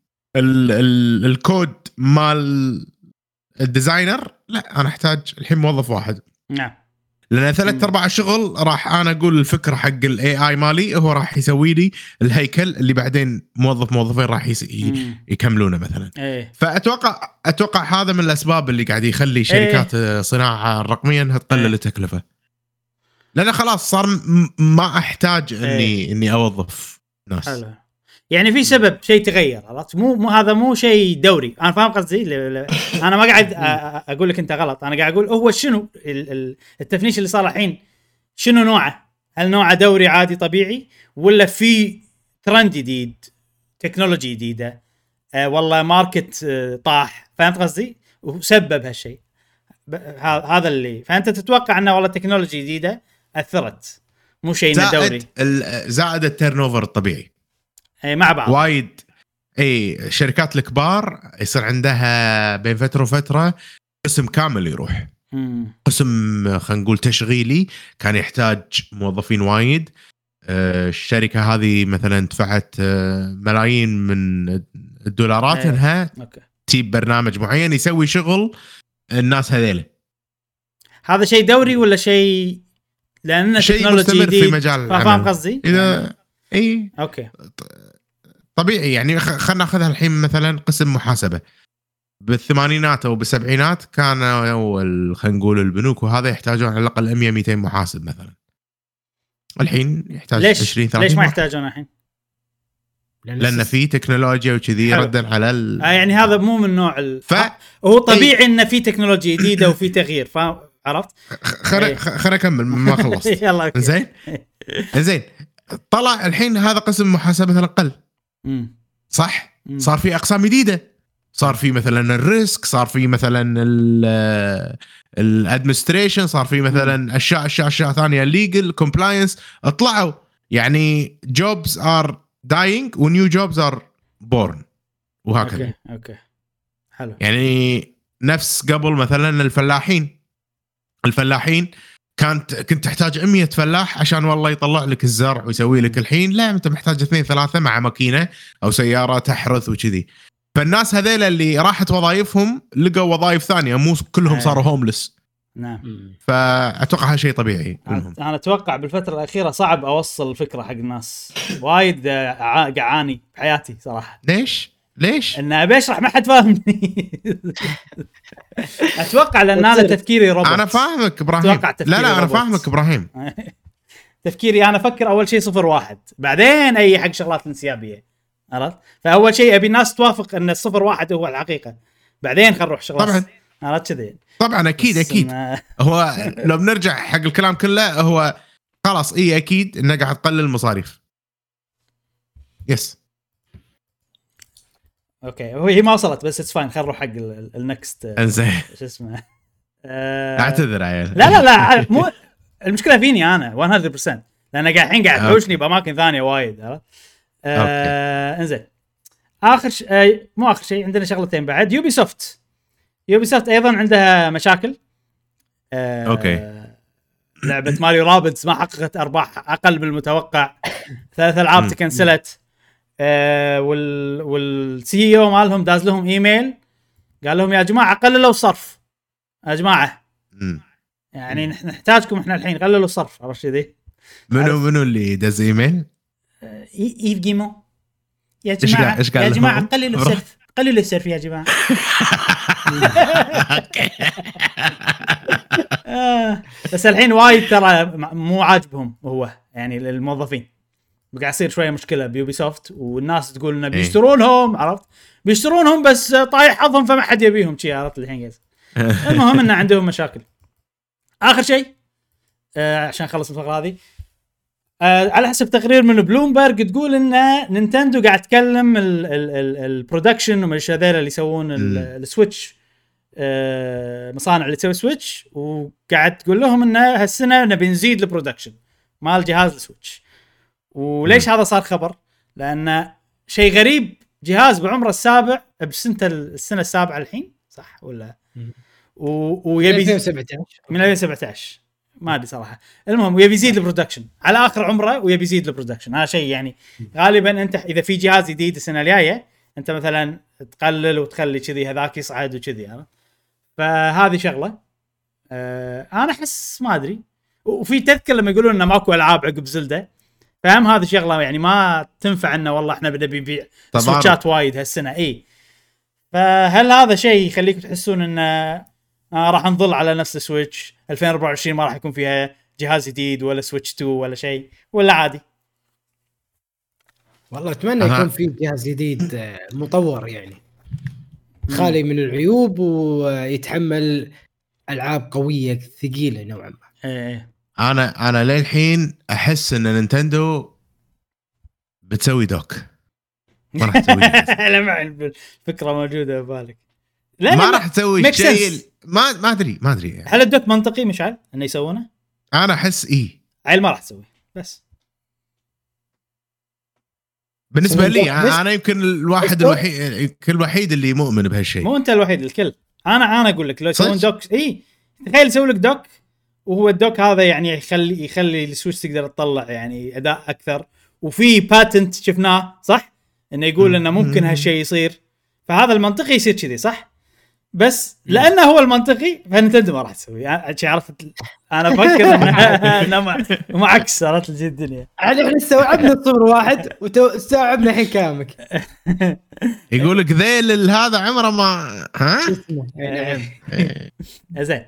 الكود مال الديزاينر، لا انا احتاج الحين موظف واحد. نعم. لأن 3/4 الشغل راح أنا أقول الفكرة حق الAI مالي هو راح يسوي لي الهيكل اللي بعدين موظفين راح يكملونه مثلا. فأتوقع هذا من الأسباب اللي قاعد يخلي شركات صناعة الرقمية أنها تقلل التكلفة، لأن خلاص صار ما أحتاج إني أوظف ناس. حلو. يعني في سبب شيء تغير، عرفت؟ مو هذا مو شيء دوري. انا فاهم قصدي، انا ما قاعد اقول لك انت غلط، انا قاعد اقول هو شنو التفنيش اللي صار الحين، شنو نوعه؟ هل نوعه دوري عادي طبيعي، ولا في ترند جديد، تكنولوجي جديده، والله ماركت طاح؟ فهمت قصدي؟ وسبب هالشيء هذا اللي، فانت تتوقع انه والله تكنولوجي جديده اثرت، مو شيء دوري. زائد التيرن اوفر الطبيعي مع بعض وايد. الشركات الكبار يصير عندها بين فترة وفترة قسم كامل يروح، قسم خلينا نقول تشغيلي كان يحتاج موظفين وايد. الشركة هذه مثلا دفعت ملايين من الدولارات انها تجيب برنامج معين يسوي شغل الناس هذيله. هذا شيء دوري ولا شيء لأنه شيء مستمر في مجال العمل؟ فاهم قصدي؟ إذا اوكي طبيعي. يعني خلنا ناخذها الحين مثلا قسم محاسبه بالثمانينات او بالسبعينات كانوا خلينا نقول البنوك وهذا يحتاجون على الاقل 100-200 محاسب مثلا. الحين يحتاج 20-30. ليش ما يحتاجون الحين؟ لان في تكنولوجيا وكذي ردا على يعني هذا مو من نوع هو طبيعي ان في تكنولوجيا جديده وفي تغيير، عرفت؟ خلنا اكمل ما خلصت. يلا زين طلع الحين هذا قسم محاسبه مثلا قل صح. صار في اقسام جديده، صار في مثلا الريسك، صار في مثلا الادمنستريشن، صار في مثلا اشياء ثانيه ليجل كومبلاينس اطلعوا. يعني جوبز ار داينج ونيو جوبز ار بورن وهكذا. اوكي حلو. يعني نفس قبل مثلا الفلاحين كنت تحتاج 100 فلاح عشان والله يطلع لك الزرع ويسوي لك. الحين لا، انت محتاج 2-3 مع ماكينه او سياره تحرث وكذي. فالناس هذيل اللي راحت وظائفهم لقوا وظائف ثانيه، مو كلهم صاروا هوملس. نعم. فاتوقع هالشيء طبيعي. انا اتوقع بالفتره الاخيره صعب اوصل الفكره حق الناس، وايد قعاني بحياتي صراحه. ليش ان ابي اشرح ما حد فاهمني. اتوقع لان انا تفكيري روبوت. انا فاهمك ابراهيم. لا انا فاهمك ابراهيم. تفكيري انا افكر اول شيء 0-1 بعدين اي حق شغلات انسيابيه، عرفت؟ فاول شيء ابي الناس توافق ان 0-1 هو الحقيقه، بعدين خل نروح شغلات طبعا. عرفت كذا طبعا اكيد هو لو بنرجع حق الكلام كله هو خلاص اكيد انه قاعد تقلل المصاريف. يس اوكي هي ما وصلت بس اتس فاين. خل نروح حق النكست. انزين شو اسمه اعتذر عيال. لا مو المشكله فيني انا 100%، لان قاعد الحين قاعد تحوشني باماكن ثانيه وايد. انزين مو اخر شيء، عندنا شغلتين بعد. يوبي سوفت ايضا عندها مشاكل. اوكي. لعبه ماريو رابدز ما حققت ارباح اقل من المتوقع، 3 العاب تكنسلت. والسي او مالهم داز لهم ايميل قال لهم يا جماعه قللوا الصرف يا جماعه، يعني نحتاجكم احنا الحين، قللوا الصرف. عرفت ذي؟ منو اللي داز ايميل؟ ايف جيمو. يا جماعه يا جماعه قللوا السرف يا جماعه. بس الحين وايد ترى مو عاجبهم هو، يعني الموظفين بقى يصير شويه مشكله بيوبي سوفت، والناس تقول انه بيشترونهم. عرفت؟ بيشترونهم بس طايح حظهم فما حد يبيهم شي. عرفت الحين؟ المهم ان عندهم مشاكل. اخر شيء عشان خلص الفقره هذه، على حسب تقرير من بلومبرج تقول ان نينتندو قاعد تكلم البرودكشن وما هذول اللي يسوون السويتش، مصانع اللي تسوي سويتش، وقاعد تقول لهم ان هالسنه نبي نزيد البرودكشن مال جهاز السويتش. وليش هذا صار خبر؟ لان شيء غريب، جهاز بعمره السابع السنه السابعه الحين، صح ولا؟ ويبي 2017 من 2017 ما ادري صراحه. المهم ويبي يزيد البرودكشن على اخر عمره، ويبي يزيد البرودكشن. هذا شيء يعني غالبا انت اذا في جهاز جديد السنه الجايه انت مثلا تقلل وتخلي كذي هذاك يصعد وكذي. يعني فهذه شغله انا احس ما ادري. وفي تذكر لما يقولون انه ماكو العاب عقب زلدة، فهم هذه شغله يعني ما تنفع انه والله احنا بدنا نبيع سويتشات وايد هالسنه. اي فهل هذا شيء يخليكم تحسون ان راح نظل على نفس السويتش 2024 ما راح يكون فيها جهاز جديد ولا سويتش 2 ولا شيء، ولا عادي؟ والله اتمنى يكون في جهاز جديد مطور يعني خالي من العيوب ويتحمل العاب قويه ثقيله نوعا ما. انا للحين احس ان نينتندو بتسوي دوك، ما راح تسوي لمع الفكره موجوده ببالك، ما راح تسوي شيء. ما ادري يعني. هل الدوك منطقي مشعل انه يسوونه؟ انا احس عيل ما راح تسوي. بس بالنسبه لي انا يمكن الوحيد اللي مؤمن بهالشيء. مو انت الوحيد، الكل. انا اقول لك لو يسوون دوك، تخيل يسوي لك دوك، وهو الدوك هذا يعني يخلي السويتش تقدر تطلع يعني اداء اكثر، وفي باتنت شفناه صح انه يقول انه ممكن هالشيء يصير. فهذا المنطقي يصير كذي صح، بس لانه هو المنطقي فنتندو ما راح تسوي. عرفت؟ انا افكر انه ما عكس صارت لي الدنيا. احنا استوعبنا الصبر واحد واستوعبنا الحين كلامك. يقول لك ذيل هذا عمره ما زين.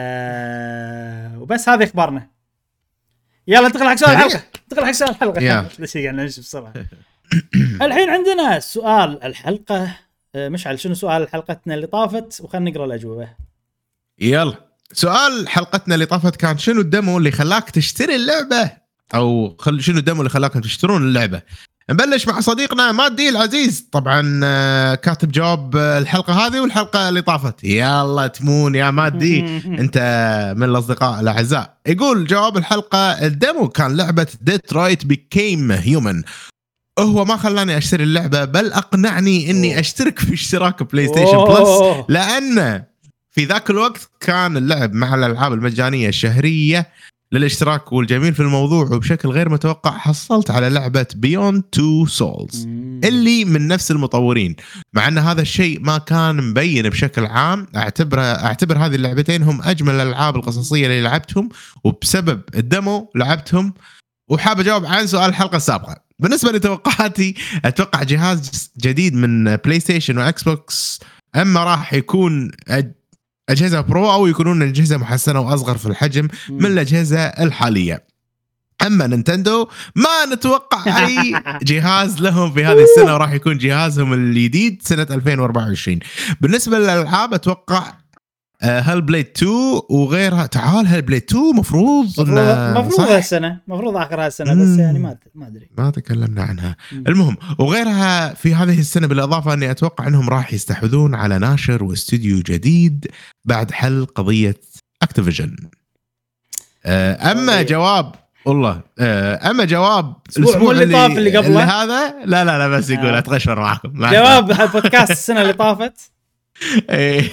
وبس هذه اخبارنا. يلا انتقل حق سؤال الحلقه. ليش قاعد نمشي بسرعه؟ الحين عندنا سؤال الحلقه. مشعل شنو سؤال حلقتنا اللي طافت؟ وخلنا نقرا الاجوبه. يلا سؤال حلقتنا اللي طافت كان شنو الدمو اللي خلاك تشتري اللعبه، او شنو الدمو اللي خلاكم تشترون اللعبه. نبلش مع صديقنا مادي العزيز، طبعا كاتب جواب الحلقه هذه والحلقه اللي طافت. يلا تمون يا مادي انت من الاصدقاء الاعزاء. يقول جواب الحلقه: الدمو كان لعبه ديترويت بيكيم هيومن، هو ما خلاني اشتري اللعبه بل اقنعني اني اشترك في اشتراك بلاي ستيشن بلس، لان في ذاك الوقت كان اللعب مع الالعاب المجانيه الشهريه للاشتراك. والجميل في الموضوع وبشكل غير متوقع حصلت على لعبه بيوند تو سولز اللي من نفس المطورين، مع ان هذا الشيء ما كان مبين بشكل عام. اعتبر هذه اللعبتين هم اجمل الالعاب القصصيه اللي لعبتهم، وبسبب الدمو لعبتهم. وحاب اجاوب عن سؤال الحلقه السابقه. بالنسبه لتوقعاتي، اتوقع جهاز جديد من بلاي ستيشن واكس بوكس، اما راح يكون اجهزه برو او يكونون اجهزه محسنه واصغر في الحجم من الاجهزه الحاليه. اما نينتندو ما نتوقع اي جهاز لهم في هذه السنه، وراح يكون جهازهم الجديد سنه 2024. بالنسبه للالعاب اتوقع هل بليد 2 وغيرها. تعال هل بليد 2 مفروض هالسنه، مفروض اخر هالسنه، بس يعني ما ادري، ما تكلمنا عنها. المهم وغيرها في هذه السنه، بالاضافه اني اتوقع انهم راح يستحوذون على ناشر واستوديو جديد بعد حل قضيه اكتيفيجن. اما جواب والله اما جواب الأسبوع اللي طاف اللي قبله اللي هذا لا بس يقول اتغشر معكم جواب بودكاست السنه اللي طافت. إيه.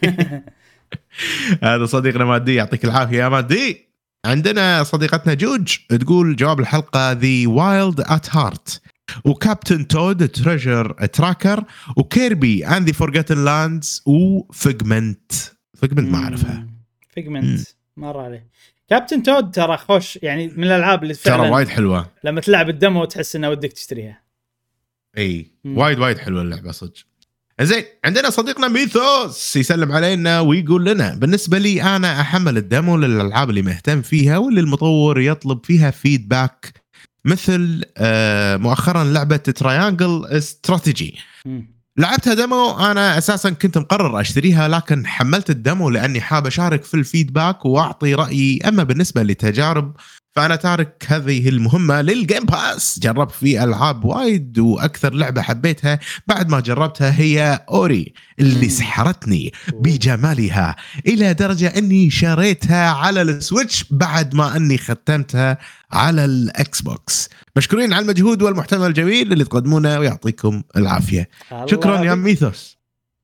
هذا صديقنا مادي، يعطيك العافيه يا مادي. عندنا صديقتنا جوج تقول جواب الحلقه The Wild at Heart وكابتن تود تريجر تراكر وكيربي and the Forgotten Lands وفيجمنت ما اعرفها. فيجمنت مر عليه. كابتن تود ترى خوش يعني من الالعاب اللي فعلا ترى وايد حلوه لما تلعب الدمو وتحس انه ودك تشتريها. اي وايد حلوه اللعبه صدق. زين عندنا صديقنا ميثوس يسلم علينا ويقول لنا بالنسبه لي انا احمل الدمو للالعاب اللي مهتم فيها واللي المطور يطلب فيها فيدباك، مثل مؤخرا لعبه ترايانجل استراتيجي. لعبتها ديمو، انا اساسا كنت مقرر اشتريها لكن حملت الديمو لاني حاب اشارك في الفيدباك واعطي رايي. اما بالنسبه لتجارب فانا تارك هذه المهمه للجيم باس. جربت في العاب وايد واكثر لعبه حبيتها بعد ما جربتها هي اوري اللي سحرتني بجمالها الى درجه اني شريتها على السويتش بعد ما اني ختمتها على الاكس بوكس. مشكورين على المجهود والمحتوى الجميل اللي تقدمونه ويعطيكم العافيه. شكرا يا ميثوس.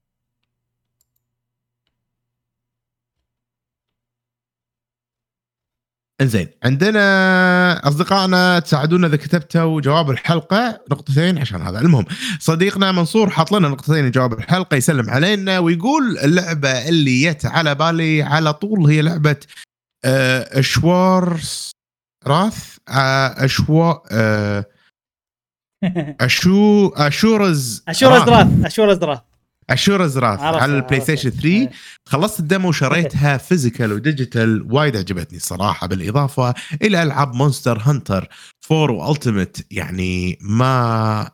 انزين عندنا اصدقائنا تساعدونا اذا كتبتوا جواب الحلقه نقطتين عشان هذا. المهم صديقنا منصور حاط لنا نقطتين جواب الحلقه، يسلم علينا ويقول اللعبه اللي جت على بالي على طول هي لعبه اشوارز راث اشورز راث على البلاي ستيشن 3. خلصت الدمو وشريتها فيزيكال وديجيتال، وايد عجبتني صراحه، بالاضافه الى العاب مونستر هانتر 4 والتيميت. يعني ما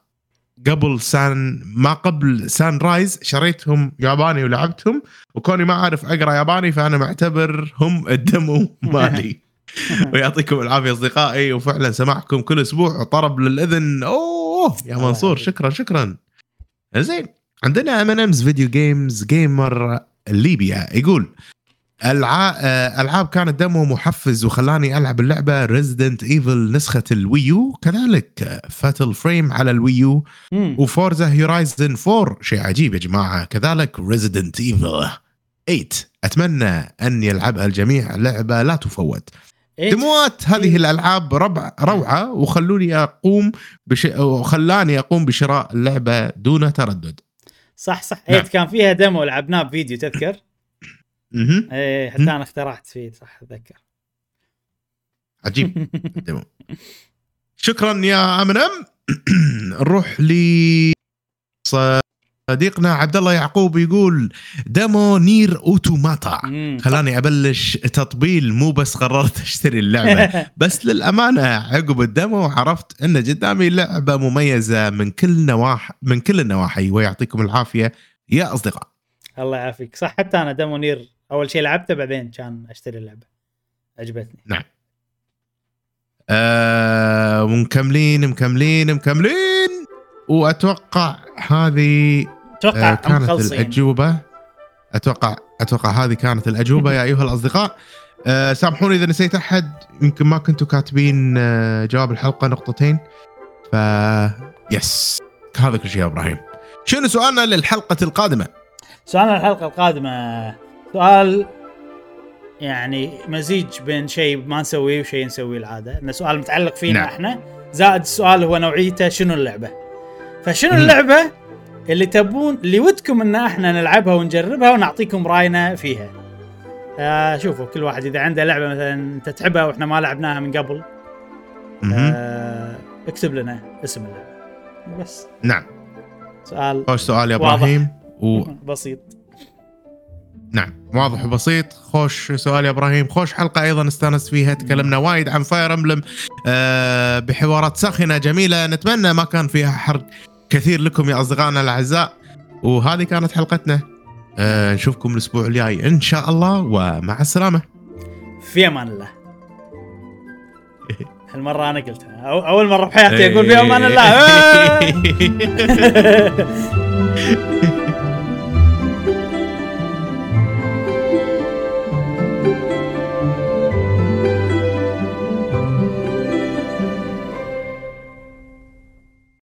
قبل سان رايز شريتهم ياباني ولعبتهم، وكوني ما اعرف اقرا ياباني فانا معتبرهم الدمو مالي. ويعطيكم العافيه اصدقائي، وفعلا سماعكم كل اسبوع طرب للاذن. اوه يا منصور شكرا. زين عندنا M&M's فيديو جيمز جيمر ليبيا يقول العاب كانت دمو محفز وخلاني العب اللعبه ريزيدنت ايفل نسخه الويو، كذلك فاتل فريم على الويو وفورزا هورايزن 4 شيء عجيب يا جماعه، كذلك ريزيدنت ايفل 8 اتمنى ان يلعبها الجميع، لعبه لا تفوت. دموات هذه الالعاب روعه وخلاني اقوم بشراء اللعبه دون تردد. صح نعم. كان فيها ديمو لعبناه بفيديو تذكر؟ ايه حتى انا اخترعت فيه صح اتذكر. عجيب ديمو. شكرا يا امنم. نروح لي صديقنا عبد الله يعقوب يقول ديمو نير اوتوماتا خلاني ابلش تطبيل، مو بس قررت اشتري اللعبه بس للامانه عقب الديمو عرفت ان قدامي لعبه مميزه من كل النواحي ويعطيكم العافيه يا اصدقاء. الله يعافيك. صح حتى انا ديمو نير اول شيء لعبته بعدين كان اشتري اللعبه، عجبتني. نعم. مكملين واتوقع هذه كانت الأجوبة. أتوقع هذه كانت الأجوبة يا أيها الأصدقاء. سامحوني إذا نسيت أحد، يمكن ما كنتوا كاتبين جواب الحلقة نقطتين. يس هذا كل شيء يا إبراهيم. شنو سؤالنا للحلقة القادمة؟ سؤالنا للحلقة القادمة سؤال يعني مزيج بين شيء ما نسويه وشيء نسويه العادة، إنه سؤال متعلق فينا نعم. إحنا زائد السؤال هو نوعيته شنو اللعبة. فشنو اللعبة اللي تبون اللي ودكم ان احنا نلعبها ونجربها ونعطيكم راينا فيها. شوفوا كل واحد اذا عنده لعبه مثلا انت تحبها واحنا ما لعبناها من قبل اكتب لنا اسم اللعبه بس. نعم سؤال يا ابراهيم بسيط. نعم واضح وبسيط. خوش سؤال يا ابراهيم، خوش حلقه ايضا استانست فيها، تكلمنا وايد عن فاير امبلم بحوارات ساخنه جميله، نتمنى ما كان فيها حرق كثير لكم يا أصدقائنا الأعزاء. وهذه كانت حلقتنا، نشوفكم الأسبوع الجاي إن شاء الله، ومع السلامة. في أمان الله. هالمرة أنا قلتها أول مرة بحياتي أقول في أمان الله.